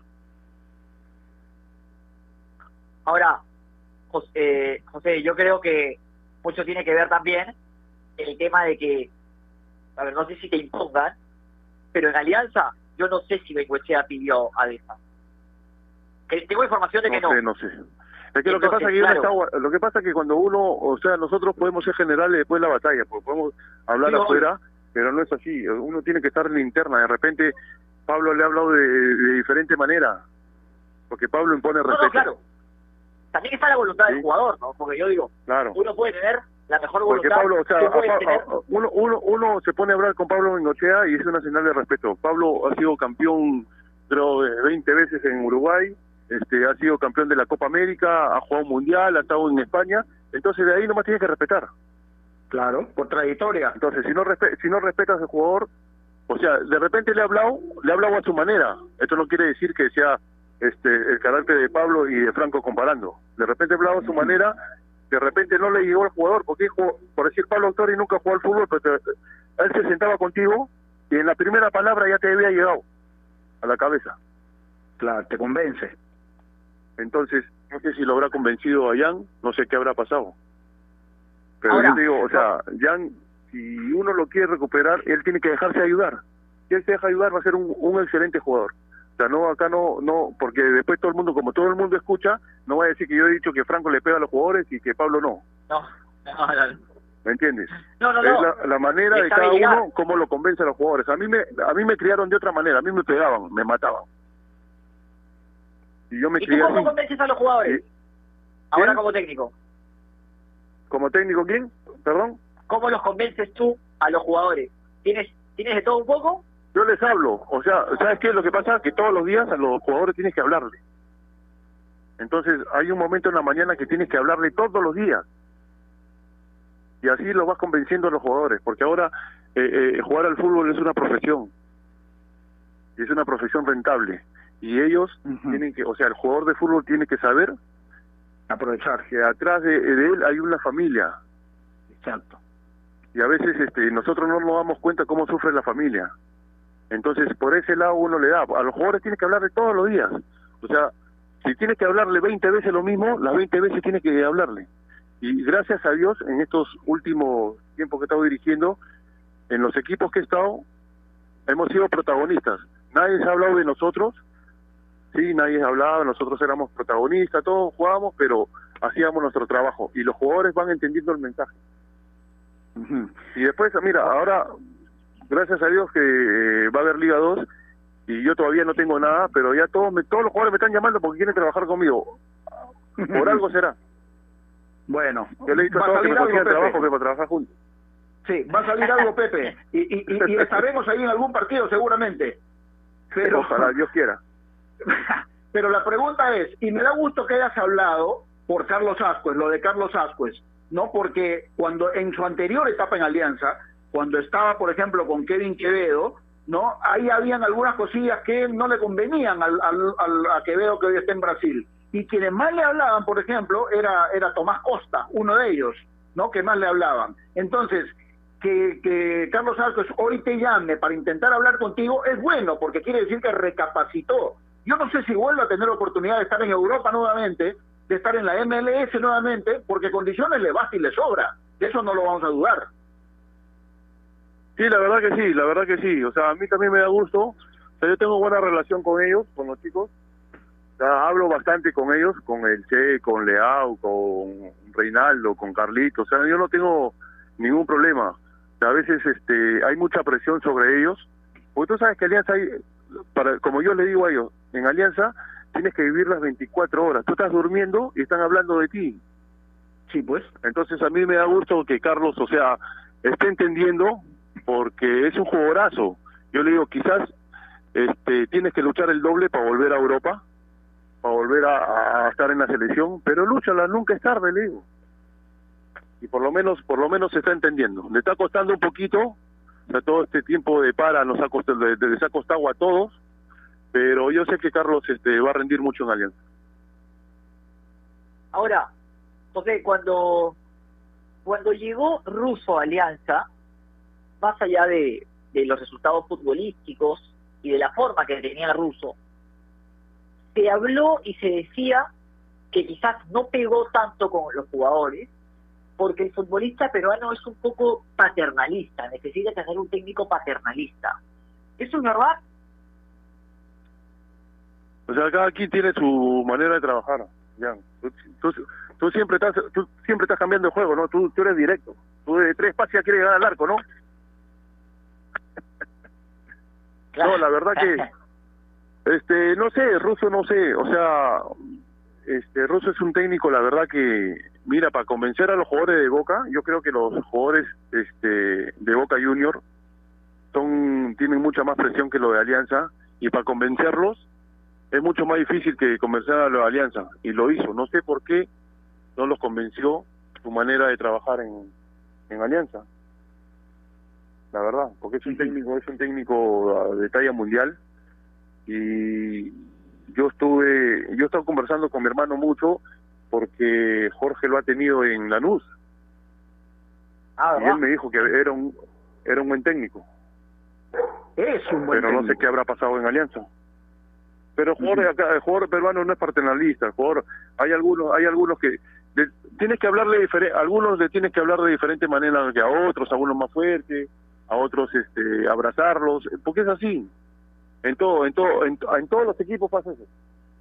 Ahora, José, eh, José, yo creo que mucho tiene que ver también el tema de que, a ver, no sé si te impongan, pero en Alianza yo no sé si Bengoechea pidió a Deza. Tengo información de que no. No sé, no sé. Es que Entonces, lo que pasa que claro. uno está, lo que pasa que cuando uno, o sea, nosotros podemos ser generales después de la batalla, porque podemos hablar sí, afuera, hoy. Pero no es así. Uno tiene que estar en la interna. De repente Pablo le ha hablado de, de diferente manera, porque Pablo impone respeto. No, no, claro. También está la voluntad ¿Sí? del jugador, ¿no? Porque yo digo, claro. uno puede tener la mejor voluntad. Porque Pablo, o sea, a, a, tener... uno, uno, uno se pone a hablar con Pablo Bengoechea y es una señal de respeto. Pablo ha sido campeón creo, veinte veces en Uruguay, este, ha sido campeón de la Copa América, ha jugado mundial, ha estado en España, entonces de ahí nomás tienes que respetar. Claro, por trayectoria. Entonces, si no respe si no respetas al jugador, o sea, de repente le ha hablado, le ha hablado a su manera. Esto no quiere decir que sea este el carácter de Pablo y de Franco comparando. De repente ha hablado a su manera, de repente no le llegó al jugador, porque dijo, por decir Pablo Autori nunca jugó al fútbol, pero te, él se sentaba contigo y en la primera palabra ya te había llegado a la cabeza. Claro, te convence. Entonces, no sé si lo habrá convencido a Jan, no sé qué habrá pasado. Pero Ahora, yo te digo, o sea, Jan, si uno lo quiere recuperar, él tiene que dejarse ayudar. Si él se deja ayudar, va a ser un, un excelente jugador. O sea, no, acá no, no, porque después todo el mundo, como todo el mundo escucha, no va a decir que yo he dicho que Franco le pega a los jugadores y que Pablo no. No, no, no. ¿Me entiendes? No, no, es no. la, la manera de Está cada bien. uno, cómo lo convence a los jugadores. A mí me a mí me criaron de otra manera, a mí me pegaban, me mataban. Y yo me ¿Y tú crié cómo así. convences a los jugadores? Ahora ¿Quién? como técnico. ¿Como técnico quién? ¿Perdón? ¿Cómo los convences tú a los jugadores? ¿Tienes, ¿tienes de todo un poco? Yo les hablo, o sea, ¿sabes qué es lo que pasa? Que todos los días a los jugadores tienes que hablarle. Entonces, hay un momento en la mañana que tienes que hablarle todos los días. Y así lo vas convenciendo a los jugadores, porque ahora eh, eh, jugar al fútbol es una profesión. Y es una profesión rentable. Y ellos uh-huh. tienen que, o sea, el jugador de fútbol tiene que saber aprovechar que atrás de, de él hay una familia. Exacto. Y a veces este, nosotros no nos damos cuenta cómo sufre la familia. Entonces, por ese lado uno le da. A los jugadores tienes que hablarle todos los días. O sea, si tienes que hablarle veinte veces lo mismo, las veinte veces tienes que hablarle. Y gracias a Dios, en estos últimos tiempos que he estado dirigiendo, en los equipos que he estado, hemos sido protagonistas. Nadie se ha hablado de nosotros, sí, nadie se ha hablado, nosotros éramos protagonistas, todos jugábamos, pero hacíamos nuestro trabajo. Y los jugadores van entendiendo el mensaje. Uh-huh. Y después, mira, ahora, gracias a Dios que eh, va a haber Liga dos, y yo todavía no tengo nada, pero ya todos me, todos los jugadores me están llamando porque quieren trabajar conmigo. Por algo será. Bueno, yo le he dicho a todos que me consigan trabajo que para trabajar juntos. Sí, va a salir algo, Pepe, y, y, y, y estaremos ahí en algún partido seguramente. Pero ojalá Dios quiera. Pero la pregunta es, y me da gusto que hayas hablado por Carlos Ascuez, lo de Carlos Ascuez, ¿no? Porque cuando en su anterior etapa en Alianza, cuando estaba, por ejemplo, con Kevin Quevedo, ¿no? Ahí habían algunas cosillas que no le convenían al, al, al a Quevedo, que hoy está en Brasil. Y quienes más le hablaban, por ejemplo, era era Tomás Costa, uno de ellos, ¿no? Que más le hablaban. Entonces, que, que Carlos Ascuez hoy te llame para intentar hablar contigo es bueno, porque quiere decir que recapacitó. Yo no sé si vuelve a tener oportunidad de estar en Europa nuevamente, de estar en la M L S nuevamente, porque condiciones le basta y le sobra. De eso no lo vamos a dudar. Sí, la verdad que sí, la verdad que sí. O sea, a mí también me da gusto. O sea, yo tengo buena relación con ellos, con los chicos. O sea, hablo bastante con ellos, con el Che, con Leao, con Reinaldo, con Carlito. O sea, yo no tengo ningún problema. O sea, a veces este, hay mucha presión sobre ellos. Porque tú sabes que Alianza hay, para, como yo le digo a ellos, en Alianza tienes que vivir las veinticuatro horas. Tú estás durmiendo y están hablando de ti. Sí, pues. Entonces a mí me da gusto que Carlos, o sea, esté entendiendo, porque es un jugadorazo. Yo le digo, quizás este, tienes que luchar el doble para volver a Europa, para volver a, a estar en la selección, pero lúchala, nunca es tarde, le digo. Y por lo menos, por lo menos se está entendiendo. Le está costando un poquito, o sea, todo este tiempo de para nos ha costado, les ha costado a todos, pero yo sé que Carlos este, va a rendir mucho en Alianza. Ahora, José, cuando cuando llegó Russo a Alianza, más allá de, de los resultados futbolísticos y de la forma que tenía Russo, se habló y se decía que quizás no pegó tanto con los jugadores, porque el futbolista peruano es un poco paternalista, necesita tener un técnico paternalista. ¿Eso es verdad? O sea, cada quien tiene su manera de trabajar, Jan. Tú, tú, tú siempre estás tú siempre estás cambiando el juego, ¿no? Tú, tú eres directo. Tú de tres pases ya quieres llegar al arco, ¿no? No, la verdad que este no sé, Russo no sé, o sea, este Russo es un técnico, la verdad que mira, para convencer a los jugadores de Boca, yo creo que los jugadores este de Boca Junior son tienen mucha más presión que lo de Alianza, y para convencerlos es mucho más difícil que convencer a la Alianza, y lo hizo. No sé por qué no los convenció su manera de trabajar en, en Alianza, la verdad, porque es un técnico, es un técnico de talla mundial, y yo estuve, yo he estado conversando con mi hermano mucho, porque Jorge lo ha tenido en Lanús, ah, y él me dijo que era un, era un buen técnico. Es un buen Pero técnico. no sé qué habrá pasado en Alianza. Pero el jugador, acá, el jugador peruano no es paternalista, el jugador, hay algunos, hay algunos que de, tienes que hablarle diferente, algunos le tienes que hablar de diferente manera que a otros, a unos más fuertes, a otros este abrazarlos, porque es así. En todo, en todo, en, en todos los equipos pasa eso.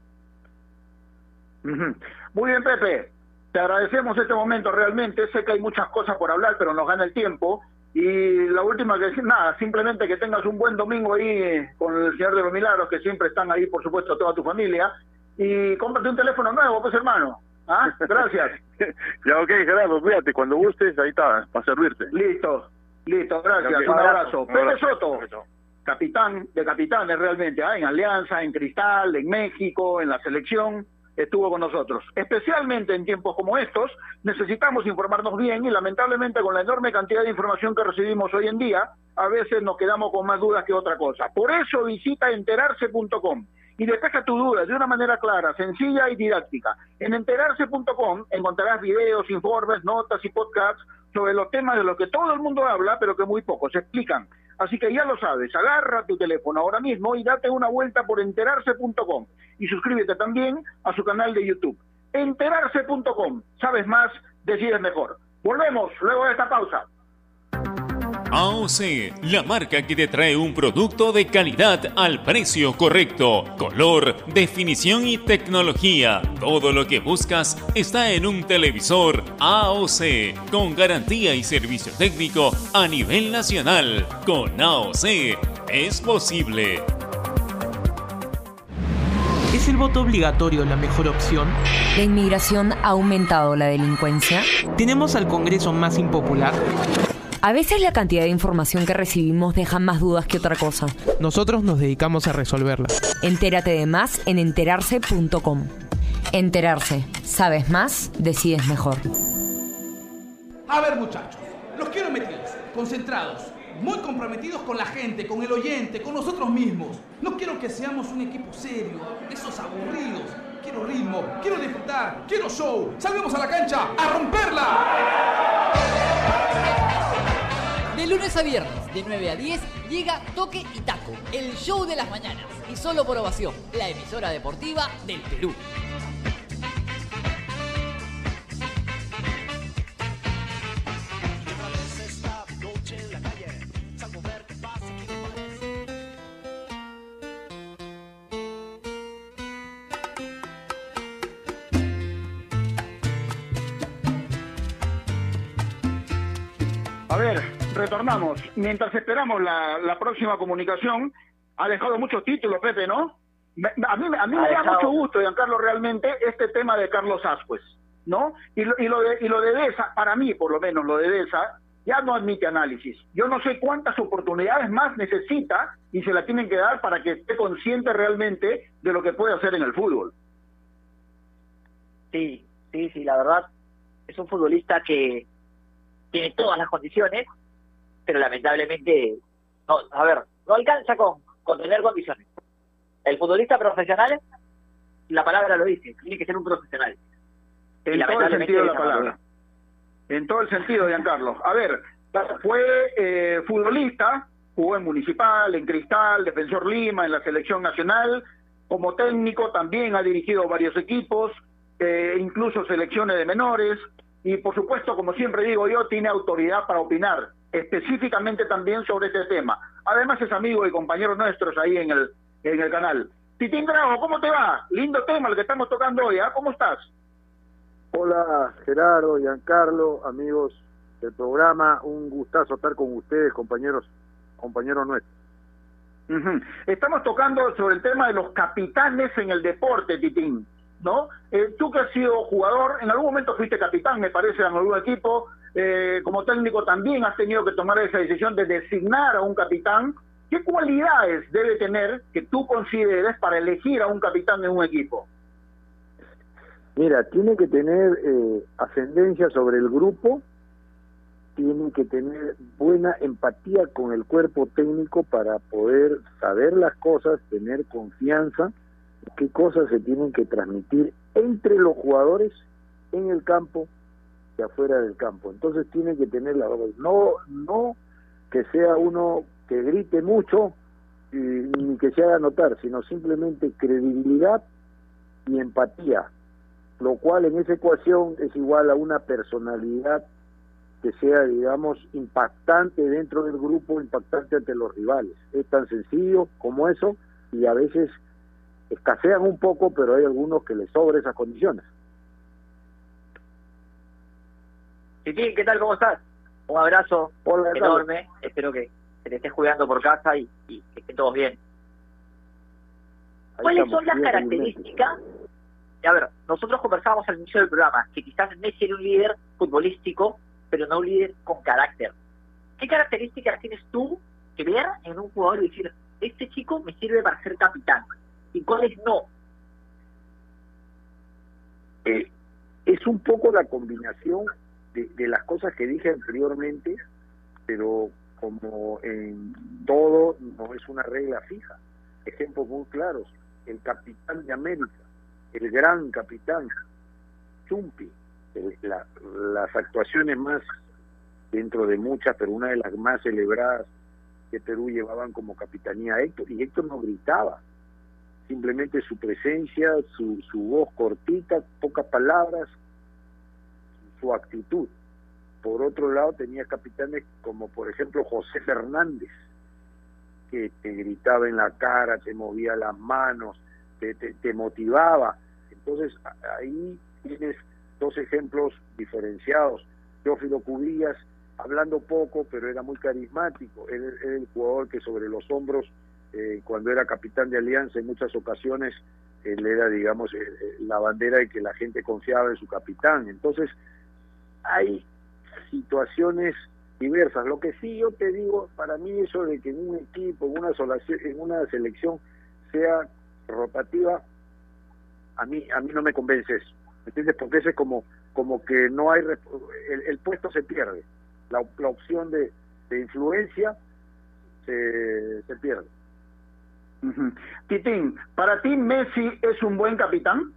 Ujú. Muy bien, Pepe, te agradecemos este momento realmente. Sé que hay muchas cosas por hablar, pero nos gana el tiempo. Y la última que decir, nada, simplemente que tengas un buen domingo ahí con el Señor de los Milagros, que siempre están ahí, por supuesto, toda tu familia. Y cómprate un teléfono nuevo, pues, hermano. ¿Ah? Gracias. Ya, ok, Gerardo, cuídate, cuando gustes, ahí está, para servirte. Listo, listo, gracias. Okay. Un abrazo. Un Pepe abrazo. Soto, capitán de capitanes realmente, ¿ah? En Alianza, en Cristal, en México, en la selección, estuvo con nosotros. Especialmente en tiempos como estos, necesitamos informarnos bien y lamentablemente con la enorme cantidad de información que recibimos hoy en día, a veces nos quedamos con más dudas que otra cosa. Por eso visita enterarse punto com y despeja tu duda de una manera clara, sencilla y didáctica. En enterarse punto com encontrarás videos, informes, notas y podcasts sobre los temas de los que todo el mundo habla, pero que muy pocos explican. Así que ya lo sabes, agarra tu teléfono ahora mismo y date una vuelta por enterarse punto com y suscríbete también a su canal de YouTube. enterarse punto com, sabes más, decides mejor. Volvemos luego de esta pausa. A O C, la marca que te trae un producto de calidad al precio correcto, color, definición y tecnología. Todo lo que buscas está en un televisor A O C, con garantía y servicio técnico a nivel nacional. Con A O C es posible. ¿Es el voto obligatorio la mejor opción? ¿La inmigración ha aumentado la delincuencia? ¿Tenemos al Congreso más impopular? A veces la cantidad de información que recibimos deja más dudas que otra cosa. Nosotros nos dedicamos a resolverla. Entérate de más en enterarse punto com. Enterarse. Sabes más, decides mejor. A ver, muchachos, los quiero metidos, concentrados, muy comprometidos con la gente, con el oyente, con nosotros mismos. No quiero que seamos un equipo serio, de esos aburridos. Quiero ritmo, quiero disfrutar, quiero show. Salgamos a la cancha a romperla. De lunes a viernes, de nueve a diez, llega Toque y Taco, el show de las mañanas. Y solo por Ovación, la emisora deportiva del Perú. A ver, retornamos. Mientras esperamos la, la próxima comunicación, ha dejado muchos títulos, Pepe, ¿no? Me- a mí, a mí Ha me da dejado. mucho gusto, Giancarlo, realmente, este tema de Carlos Ascuez, ¿no? Y lo, y lo de, y lo de Deza, para mí, por lo menos, lo de Deza, ya no admite análisis. Yo no sé cuántas oportunidades más necesita y se la tienen que dar para que esté consciente realmente de lo que puede hacer en el fútbol. Sí, sí, sí, la verdad, es un futbolista que tiene todas las condiciones, pero lamentablemente, no, a ver, no alcanza con, con tener condiciones. El futbolista profesional, la palabra lo dice, tiene que ser un profesional. Y En todo el lamentablemente sentido de la esa no lo palabra. En todo el sentido, Giancarlo. A ver, fue eh, futbolista, jugó en Municipal, en Cristal, Defensor Lima, en la selección nacional. Como técnico también ha dirigido varios equipos, eh, incluso selecciones de menores. Y por supuesto, como siempre digo yo, tiene autoridad para opinar específicamente también sobre este tema. Además es amigo y compañero nuestros ahí en el, en el canal. Titín Drago, ¿cómo te va? Lindo tema el que estamos tocando hoy, ¿ah? ¿Cómo estás? Hola Gerardo, Giancarlo, amigos del programa, un gustazo estar con ustedes, compañeros, compañeros nuestros. Ujú. Estamos tocando sobre el tema de los capitanes en el deporte, Titín, ¿no? Eh, tú que has sido jugador, en algún momento fuiste capitán, me parece, en algún equipo, eh, como técnico también has tenido que tomar esa decisión de designar a un capitán ¿Qué cualidades debe tener que tú consideres para elegir a un capitán de un equipo? Mira, tiene que tener eh, ascendencia sobre el grupo, tiene que tener buena empatía con el cuerpo técnico para poder saber las cosas, tener confianza, qué cosas se tienen que transmitir entre los jugadores en el campo y afuera del campo. Entonces tiene que tener la no no que sea uno que grite mucho y, ni que se haga notar, sino simplemente credibilidad y empatía, lo cual en esa ecuación es igual a una personalidad que sea, digamos, impactante dentro del grupo, impactante ante los rivales. Es tan sencillo como eso, y a veces escasean un poco, pero hay algunos que les sobra esas condiciones. Titi, ¿qué tal? ¿Cómo estás? Un abrazo Hola, enorme. Espero que te estés cuidando por casa y, y que estén todos bien. Ahí ¿Cuáles estamos, son las bien, características? A ver, nosotros conversábamos al inicio del programa que quizás Messi era un líder futbolístico, pero no un líder con carácter. ¿Qué características tienes tú que ver en un jugador y decir, este chico me sirve para ser capitán? ¿Y cuáles no? Eh, es un poco la combinación de, de las cosas que dije anteriormente, pero como en todo no es una regla fija. Ejemplos muy claros: el capitán de América, el gran capitán Chumpi, el, la, las actuaciones más, dentro de muchas, pero una de las más celebradas que Perú llevaban como capitanía a Héctor, y Héctor no gritaba, simplemente su presencia, su, su voz cortita, pocas palabras, su actitud. Por otro lado, tenía capitanes como por ejemplo José Fernández, que te gritaba en la cara, te movía las manos, te, te, te motivaba. Entonces ahí tienes dos ejemplos diferenciados. Teófilo Cubillas, hablando poco, pero era muy carismático, era, era el jugador que sobre los hombros, eh, cuando era capitán de Alianza, en muchas ocasiones él era, digamos, eh, la bandera de que la gente confiaba en su capitán. Entonces hay situaciones diversas. Lo que sí yo te digo, para mí eso de que en un equipo, en una sola, en una selección sea rotativa, a mí a mí no me convence eso, ¿me entiendes? Porque ese es como como que no hay, el, el puesto se pierde, la, la opción de, de influencia se, se pierde. Uh-huh. Titín, ¿para ti Messi es un buen capitán?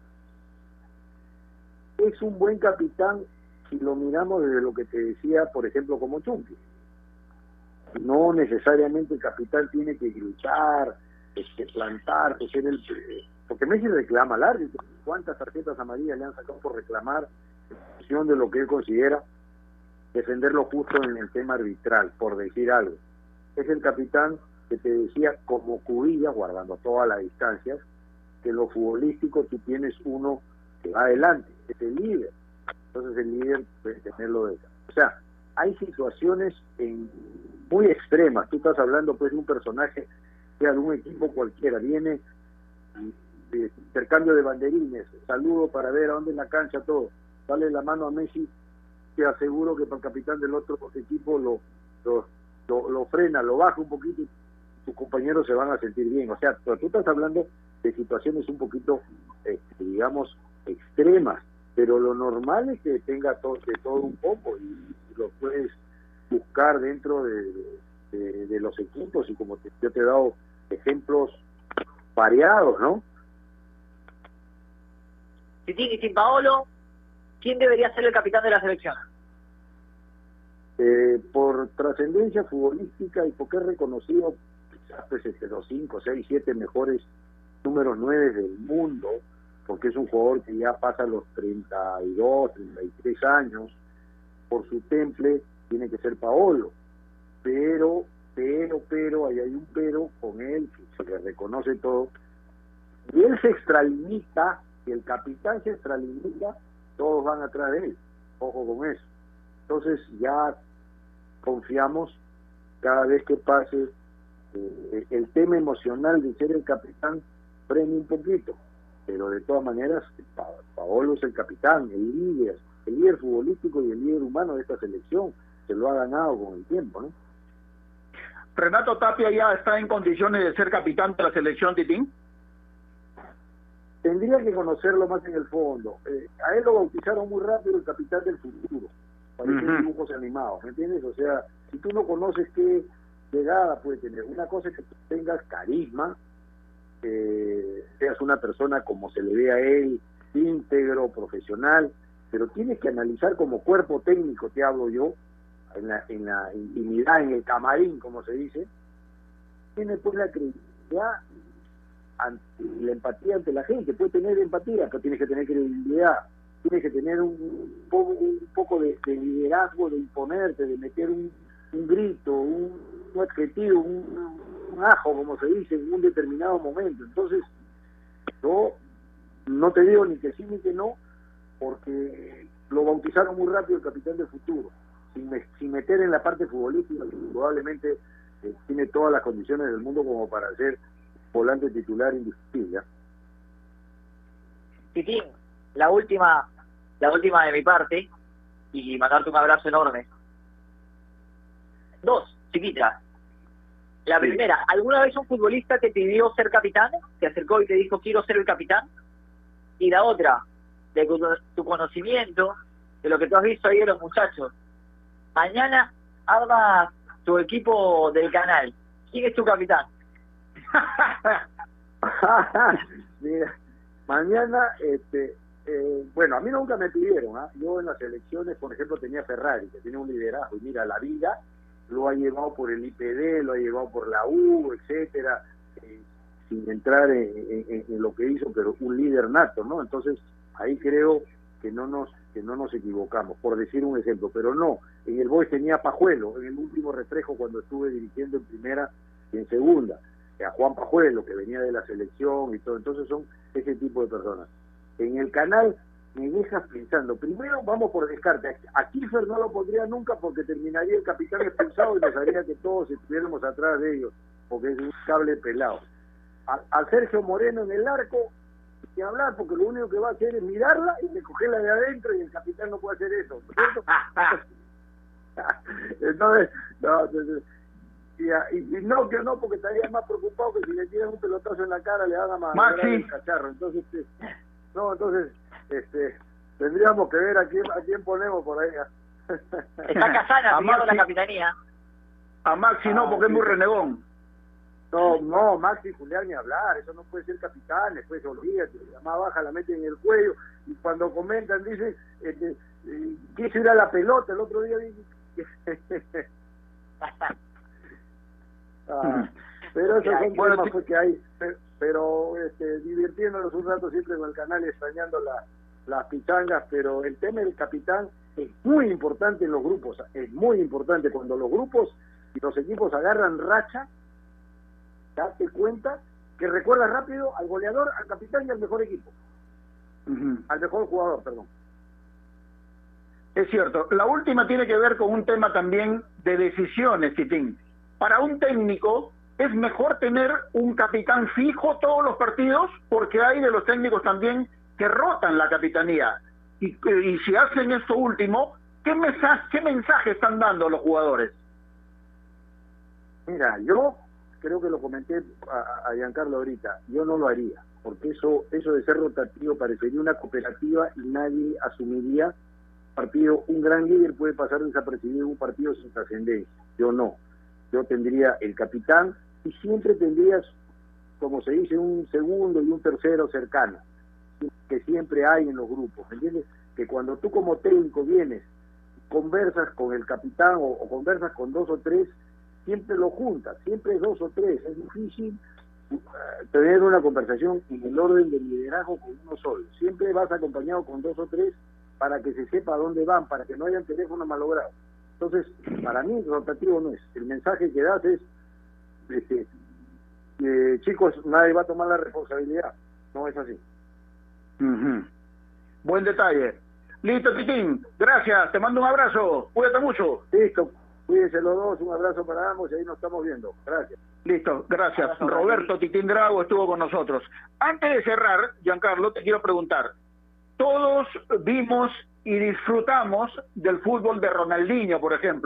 Es un buen capitán si lo miramos desde lo que te decía, por ejemplo, como Chumpi. No necesariamente el capitán tiene que gritar, este, plantarse, ser el... Porque Messi reclama al árbitro. ¿Cuántas tarjetas amarillas le han sacado por reclamar en función de lo que él considera defender lo justo en el tema arbitral, por decir algo? Es el capitán que te decía, como Cubillas, guardando todas las distancias, que en lo futbolístico tú tienes uno que va adelante, es el líder. Entonces el líder puede tenerlo de... O sea, hay situaciones en, muy extremas. Tú estás hablando pues de un personaje, sea de un equipo cualquiera, viene de intercambio de banderines, saludo para ver a dónde en la cancha, todo, dale la mano a Messi, te aseguro que para el capitán del otro equipo lo, lo, lo, lo frena, lo baja un poquito y tus compañeros se van a sentir bien. O sea, tú estás hablando de situaciones un poquito, eh, digamos, extremas, pero lo normal es que tenga todo, de todo un poco, y, y lo puedes buscar dentro de, de, de los equipos, y como te, yo te he dado ejemplos variados, ¿no? Titín y Paolo, ¿quién debería ser el capitán de la selección? Eh, por trascendencia futbolística y porque es reconocido quizás pues, entre los cinco, seis, siete mejores números nueve del mundo, porque es un jugador que ya pasa los treinta y dos, treinta y tres años, por su temple tiene que ser Paolo, pero, pero, pero, ahí hay un pero con él, que se le reconoce todo, y él se extralimita, y el capitán se extralimita, todos van atrás de él, ojo con eso. Entonces ya confiamos cada vez que pase eh, el tema emocional de ser el capitán frene un poquito, pero de todas maneras pa Paolo es el capitán, el líder, el líder futbolístico y el líder humano de esta selección, se lo ha ganado con el tiempo, ¿no? ¿Renato Tapia ya está en condiciones de ser capitán de la selección, Titín? Tendría que conocerlo más en el fondo. Eh, a él lo bautizaron muy rápido el capitán del futuro. Parecen uh-huh. dibujos animados, ¿me entiendes? O sea, si tú no conoces qué llegada puede tener, una cosa es que tú tengas carisma, eh, seas una persona como se le ve a él, íntegro, profesional, pero tienes que analizar como cuerpo técnico, te hablo yo, en la, en la intimidad, en el camarín, como se dice, tiene pues la credibilidad ante, la empatía ante la gente. Puede tener empatía, pero tienes que tener credibilidad, tienes que tener un, un poco, un poco de, de liderazgo, de imponerte, de meter un, un grito, un, un adjetivo, un, un ajo, como se dice, en un determinado momento. Entonces, yo no te digo ni que sí ni que no, porque lo bautizaron muy rápido el capitán del futuro, sin, me, sin meter en la parte futbolística, que probablemente eh, tiene todas las condiciones del mundo como para ser volante titular indiscutible. Titín, la última, la última de mi parte, y mandarte un abrazo enorme. Dos, chiquitas. La sí. primera, ¿alguna vez un futbolista te pidió ser capitán? ¿Te acercó y te dijo, quiero ser el capitán? Y la otra, de tu conocimiento, de lo que tú has visto ahí de los muchachos. Mañana arma tu equipo del canal. ¿Quién es tu capitán? Mira, mañana, este, eh, bueno, a mí nunca me pidieron, ¿eh? Yo en las elecciones, por ejemplo, tenía Ferrari, que tiene un liderazgo, y mira, la vida lo ha llevado por el I P D, lo ha llevado por la U, etcétera, eh, sin entrar en, en, en lo que hizo, pero un líder nato, ¿no? Entonces, ahí creo que no nos que no nos equivocamos, por decir un ejemplo, pero no, en el Boys tenía a Pajuelo, en el último reflejo cuando estuve dirigiendo en primera y en segunda, a Juan Pajuelo, que venía de la selección y todo, entonces son ese tipo de personas. En el canal me dejas pensando, primero vamos por descarte, a Kiefer no lo pondría nunca porque terminaría el capitán expulsado y nos haría que todos estuviéramos atrás de ellos, porque es un cable pelado. A, a Sergio Moreno en el arco, ni hablar, porque lo único que va a hacer es mirarla y recogerla de adentro y el capitán no puede hacer eso, ¿cierto? Entonces, no, entonces y, y, y no, que no, porque estaría más preocupado que si le tiran un pelotazo en la cara le van a mandar el cacharro. Entonces, este, no, entonces, este, tendríamos que ver a quién, a quién ponemos por ahí. Está Casana pidiendo la capitanía. A Maxi no, porque ah, es muy renegón. No, no, Maxi y Julián ni hablar, eso no puede ser capitán, después olvídate, la más baja la meten en el cuello, y cuando comentan dicen, este, eh, quiso ir a la pelota, el otro día dije, ah, pero esos son bueno, temas pues, que hay, pero, pero este, divirtiéndonos un rato siempre con el canal y extrañando la, las pichangas, pero el tema del capitán es muy importante en los grupos, es muy importante cuando los grupos y los equipos agarran racha, date cuenta que recuerda rápido al goleador, al capitán y al mejor equipo. Uh-huh. Al mejor jugador, perdón. Es cierto. La última tiene que ver con un tema también de decisiones, Titín. Para un técnico es mejor tener un capitán fijo todos los partidos, porque hay de los técnicos también que rotan la capitanía. Y, y si hacen esto último, ¿qué mensaje, qué mensaje están dando los jugadores? Mira, yo creo que lo comenté a, a Giancarlo ahorita, yo no lo haría, porque eso eso de ser rotativo parecería una cooperativa y nadie asumiría partido. Un gran líder puede pasar desapercibido en un partido sin trascendencia, yo no, yo tendría el capitán y siempre tendrías, como se dice, un segundo y un tercero cercano, que siempre hay en los grupos, ¿me entiendes? Que cuando tú como técnico vienes, conversas con el capitán o, o conversas con dos o tres, siempre lo juntas, siempre es dos o tres, es difícil uh, tener una conversación en el orden del liderazgo con uno solo, siempre vas acompañado con dos o tres para que se sepa a dónde van, para que no hayan teléfonos malogrados. Entonces, para mí rotativo no es, el mensaje que das es, este, eh, chicos, nadie va a tomar la responsabilidad, no es así. Uh-huh. Buen detalle. Listo, Titín, gracias, te mando un abrazo, cuídate mucho. Listo. Cuídense los dos, un abrazo para ambos y ahí nos estamos viendo. Gracias. Listo, gracias. Roberto Titín Drago estuvo con nosotros. Antes de cerrar, Giancarlo, te quiero preguntar. Todos vimos y disfrutamos del fútbol de Ronaldinho, por ejemplo.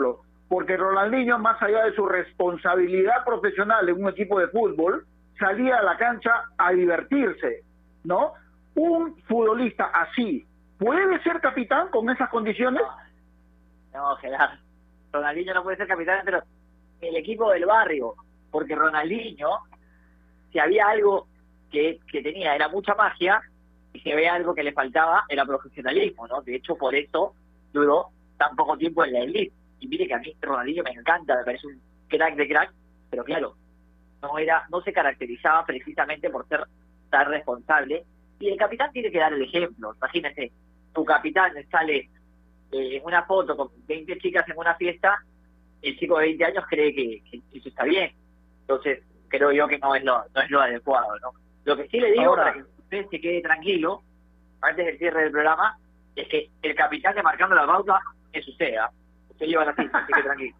porque Ronaldinho, más allá de su responsabilidad profesional en un equipo de fútbol, salía a la cancha a divertirse, ¿no? Un futbolista así, ¿puede ser capitán con esas condiciones? No, Gerardo, Ronaldinho no puede ser capitán, pero el equipo del barrio, porque Ronaldinho, si había algo que, que tenía, era mucha magia, y si había algo que le faltaba, era profesionalismo, ¿no? De hecho, por eso duró tan poco tiempo en la elite. Y mire que a mí Ronaldinho me encanta, me parece un crack de crack, pero claro, no era, no se caracterizaba precisamente por ser tan responsable. Y el capitán tiene que dar el ejemplo. Imagínese, tu capitán sale eh, en una foto con veinte chicas en una fiesta, el chico de veinte años cree que, que eso está bien. Entonces, creo yo que no es lo, no es lo adecuado, ¿no? Lo que sí le digo, Ahora, para que usted se quede tranquilo, antes del cierre del programa, es que el capitán de Marcando la Pauta es usted, ¿ah? Usted lleva la cinta, así que tranquilo.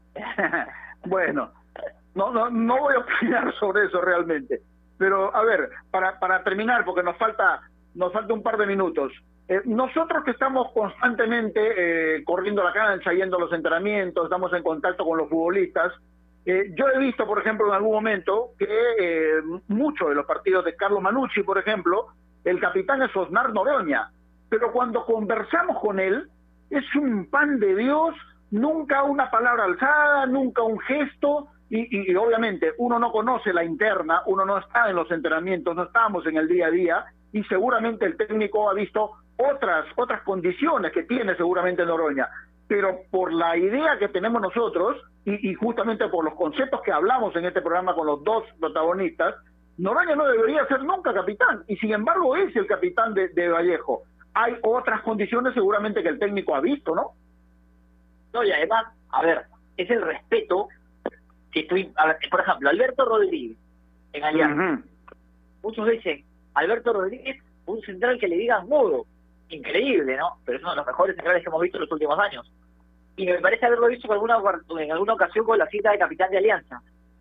Bueno, no, no, no voy a opinar sobre eso realmente. Pero, a ver, para, para terminar, porque nos falta, nos falta un par de minutos. Eh, nosotros que estamos constantemente eh, corriendo la cancha, yendo a los entrenamientos, estamos en contacto con los futbolistas, eh, yo he visto, por ejemplo, en algún momento que eh, muchos de los partidos de Carlo Manucci, por ejemplo, el capitán es Osnar Noroña, pero cuando conversamos con él, es un pan de Dios, nunca una palabra alzada, nunca un gesto, y, y, y obviamente uno no conoce la interna, uno no está en los entrenamientos, no estamos en el día a día, y seguramente el técnico ha visto otras otras condiciones que tiene seguramente Noroña, pero por la idea que tenemos nosotros, y, y justamente por los conceptos que hablamos en este programa con los dos protagonistas, Noroña no debería ser nunca capitán, y sin embargo es el capitán de, de Vallejo. Hay otras condiciones seguramente que el técnico ha visto, ¿no? No, y además, a ver, es el respeto que estoy... A ver, por ejemplo, Alberto Rodríguez, en Alianza. Uh-huh. Muchos dicen, Alberto Rodríguez, un central que le digas mudo. Increíble, ¿no? Pero es uno de los mejores centrales que hemos visto en los últimos años. Y me parece haberlo visto en alguna, en alguna ocasión con la cita de capitán de Alianza.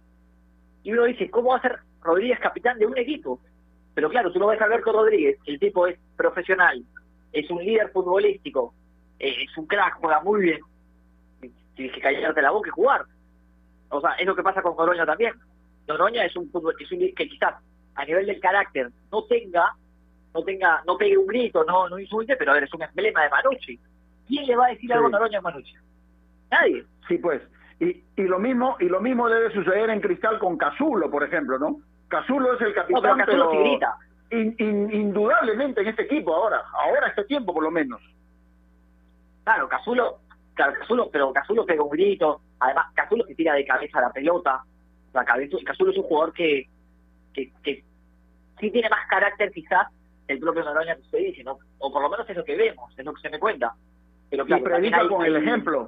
Y uno dice, ¿cómo va a ser Rodríguez capitán de un equipo? Pero claro, tú lo ves a Alberto Rodríguez, el tipo es profesional, es un líder futbolístico, eh, es un crack, juega muy bien. Tienes que callarte la boca y jugar. O sea, es lo que pasa con Noroña también. Noroña es un fútbol es un, que quizás a nivel del carácter no tenga, no tenga, no pegue un grito, no, no insulte, pero a ver, es un emblema de Manucci. ¿Quién le va a decir sí. algo a Noroña a Manucci? Nadie. Sí, pues. Y, y lo mismo y lo mismo debe suceder en Cristal con Casulo, por ejemplo, ¿no? Casulo es el capitán, no, pero, pero sí grita. In, in, indudablemente en este equipo ahora, ahora este tiempo por lo menos. Claro, Casulo, claro, Casulo, pero Casulo pega un grito, además Casulo se tira de cabeza a la pelota, la cabeza, Casulo es un jugador que, que, que sí tiene más carácter quizás el propio Noroña que usted dice, ¿no? O por lo menos es lo que vemos, es lo que se me cuenta. Pero claro, y predica hay, con hay, el ejemplo.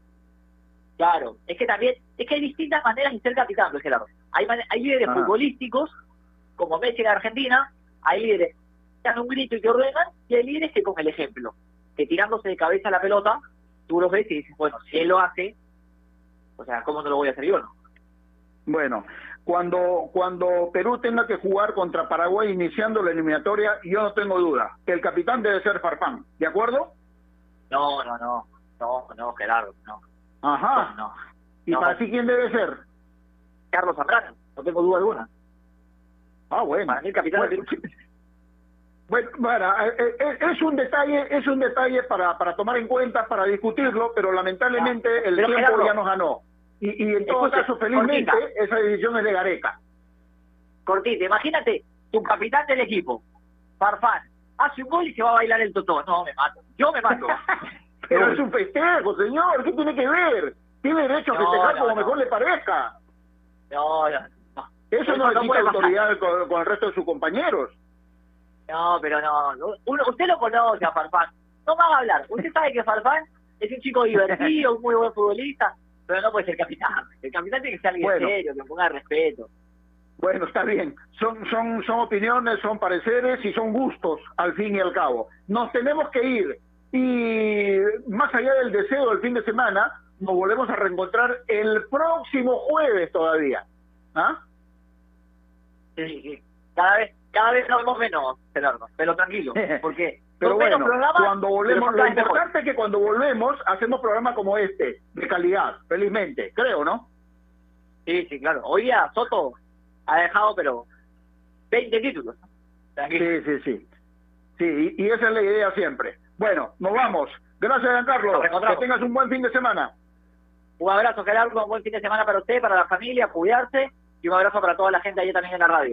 Claro, es que también, es que hay distintas maneras de ser capitán, pues, Gerardo. Hay, hay líderes ah. futbolísticos, como Messi en Argentina, hay líderes que dan un grito y que ordenan, y hay líderes que con el ejemplo, que tirándose de cabeza a la pelota, tú los ves y dices, bueno, si él lo hace, o sea, ¿cómo no lo voy a hacer yo, no? Bueno, cuando cuando Perú tenga que jugar contra Paraguay iniciando la eliminatoria, yo no tengo duda, que el capitán debe ser Farfán, ¿de acuerdo? No, no, no, no, no, Gerardo, no. Ajá. No, no. ¿Y no. para ti quién debe ser? Carlos Zambrano, no tengo duda alguna. Ah, bueno. Para mí el capitán bueno, de... bueno, bueno es un detalle, es un detalle para, para tomar en cuenta, para discutirlo, pero lamentablemente ah, el tiempo Gerardo, ya nos ganó. Y, y en todo caso, felizmente, cortita. Esa decisión es de Gareca. Cortita, imagínate, tu capitán del equipo, Farfán, hace un gol y se va a bailar el totó. No, me mato. Yo me mato. Pero no. Es un festejo, señor. ¿Qué tiene que ver? Tiene derecho a no, festejar no, como no. mejor le parezca. No, no, no. Eso, Eso no le quita autoridad con, con el resto de sus compañeros. No, pero no. Uno, usted lo conoce a Farfán. No me va a hablar. Usted sabe que Farfán es un chico divertido, un muy buen futbolista, pero no puede ser capitán. El capitán tiene que ser alguien bueno. serio, que ponga respeto. Bueno, está bien. Son, son, son opiniones, son pareceres y son gustos, al fin y al cabo. Nos tenemos que ir. Y más allá del deseo del fin de semana, nos volvemos a reencontrar el próximo jueves todavía. ¿Ah? Sí, sí. Cada vez, cada vez nos vemos menos, Gerardo, pero tranquilo, porque Pero Son menos bueno, programas, cuando pero volvemos, son lo cada vez mejor. importante es que cuando volvemos hacemos programas como este, de calidad, felizmente, creo, ¿no? Sí, sí, claro. Hoy día Soto ha dejado, pero veinte títulos. Sí, sí, sí. Sí, y, y esa es la idea siempre. Bueno, nos vamos. Gracias, Giancarlo. Que tengas un buen fin de semana. Un abrazo, Gerardo. Un buen fin de semana para usted, para la familia. Cuidarse. Y un abrazo para toda la gente allí también en la radio.